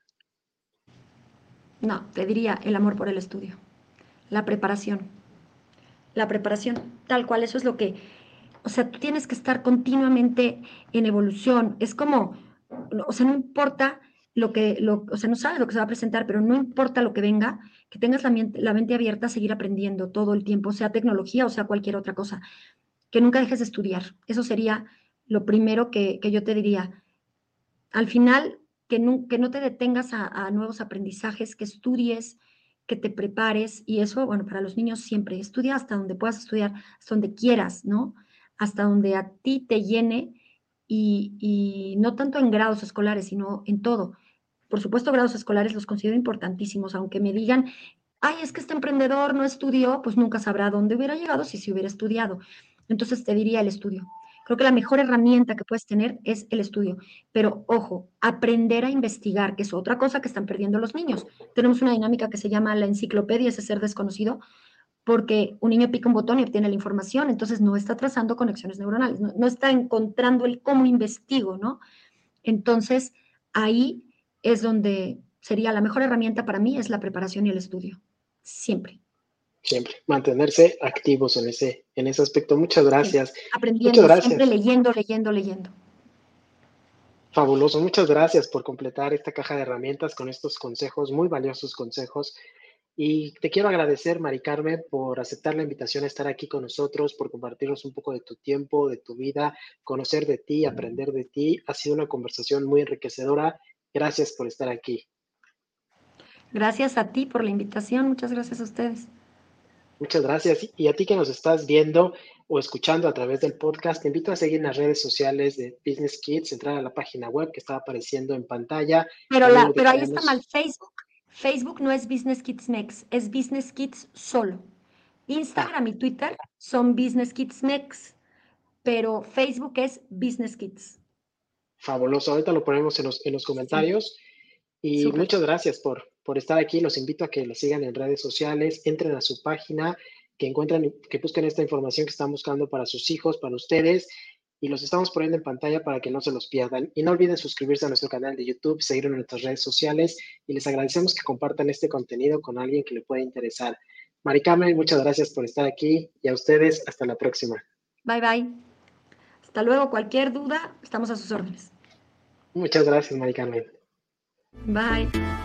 [SPEAKER 2] No, te diría el amor por el estudio, la preparación. La preparación, tal cual, eso es lo que, o sea, tú tienes que estar continuamente en evolución. Es como, o sea, no importa lo que, lo, o sea, no sabes lo que se va a presentar, pero no importa lo que venga, que tengas la mente, la mente abierta a seguir aprendiendo todo el tiempo, sea tecnología o sea cualquier otra cosa, que nunca dejes de estudiar. Eso sería lo primero que, que yo te diría. Al final, que no, que no te detengas a, a nuevos aprendizajes, que estudies, que te prepares, y eso, bueno, para los niños siempre, estudia hasta donde puedas estudiar, hasta donde quieras, ¿no? Hasta donde a ti te llene y, y no tanto en grados escolares, sino en todo. Por supuesto, grados escolares los considero importantísimos, aunque me digan, ay, es que este emprendedor no estudió, pues nunca sabrá dónde hubiera llegado si se hubiera estudiado. Entonces te diría el estudio. Creo que la mejor herramienta que puedes tener es el estudio. Pero ojo, aprender a investigar, que es otra cosa que están perdiendo los niños. Tenemos una dinámica que se llama la enciclopedia, ese ser desconocido, porque un niño pica un botón y obtiene la información, entonces no está trazando conexiones neuronales, no, no está encontrando el cómo investigo, ¿no? Entonces, ahí es donde sería la mejor herramienta para mí, es la preparación y el estudio. Siempre.
[SPEAKER 3] Siempre. Mantenerse activos en ese, en ese aspecto. Muchas gracias.
[SPEAKER 2] Siempre.
[SPEAKER 3] Muchas
[SPEAKER 2] Aprendiendo, siempre
[SPEAKER 3] gracias.
[SPEAKER 2] leyendo, leyendo, leyendo.
[SPEAKER 3] Fabuloso. Muchas gracias por completar esta caja de herramientas con estos consejos, muy valiosos consejos. Y te quiero agradecer, Mari Carmen, por aceptar la invitación a estar aquí con nosotros, por compartirnos un poco de tu tiempo, de tu vida, conocer de ti, aprender de ti. Ha sido una conversación muy enriquecedora. Gracias por estar aquí.
[SPEAKER 2] Gracias a ti por la invitación, muchas gracias a ustedes.
[SPEAKER 3] Muchas gracias. Y a ti que nos estás viendo o escuchando a través del podcast, te invito a seguir en las redes sociales de Business Kids, entrar a la página web que está apareciendo en pantalla.
[SPEAKER 2] Pero,
[SPEAKER 3] También
[SPEAKER 2] la,
[SPEAKER 3] les
[SPEAKER 2] pero ahí está mal
[SPEAKER 3] dejaremos.
[SPEAKER 2] Facebook. Facebook no es Business Kids Mex, es Business Kids solo.
[SPEAKER 3] Ah,
[SPEAKER 2] Instagram y Twitter son Business Kids Mex, pero Facebook es Business Kids.
[SPEAKER 3] fabuloso. Ahorita lo ponemos en los, en los
[SPEAKER 2] Sí,
[SPEAKER 3] comentarios. Y
[SPEAKER 2] súper.
[SPEAKER 3] muchas gracias por, por estar aquí. Los invito a que lo sigan en redes sociales, entren a su página, que encuentren, que busquen esta información que están buscando para sus hijos, para ustedes. Y los estamos poniendo en pantalla para que no se los pierdan. Y no olviden suscribirse a nuestro canal de YouTube, seguirnos en nuestras redes sociales y les agradecemos que compartan este contenido con alguien que le pueda interesar. Mari Carmen, muchas gracias por estar aquí y a ustedes hasta la próxima.
[SPEAKER 2] Bye, bye. Hasta luego. Cualquier duda, estamos a sus órdenes.
[SPEAKER 3] Muchas gracias, Mari Carmen.
[SPEAKER 2] Bye.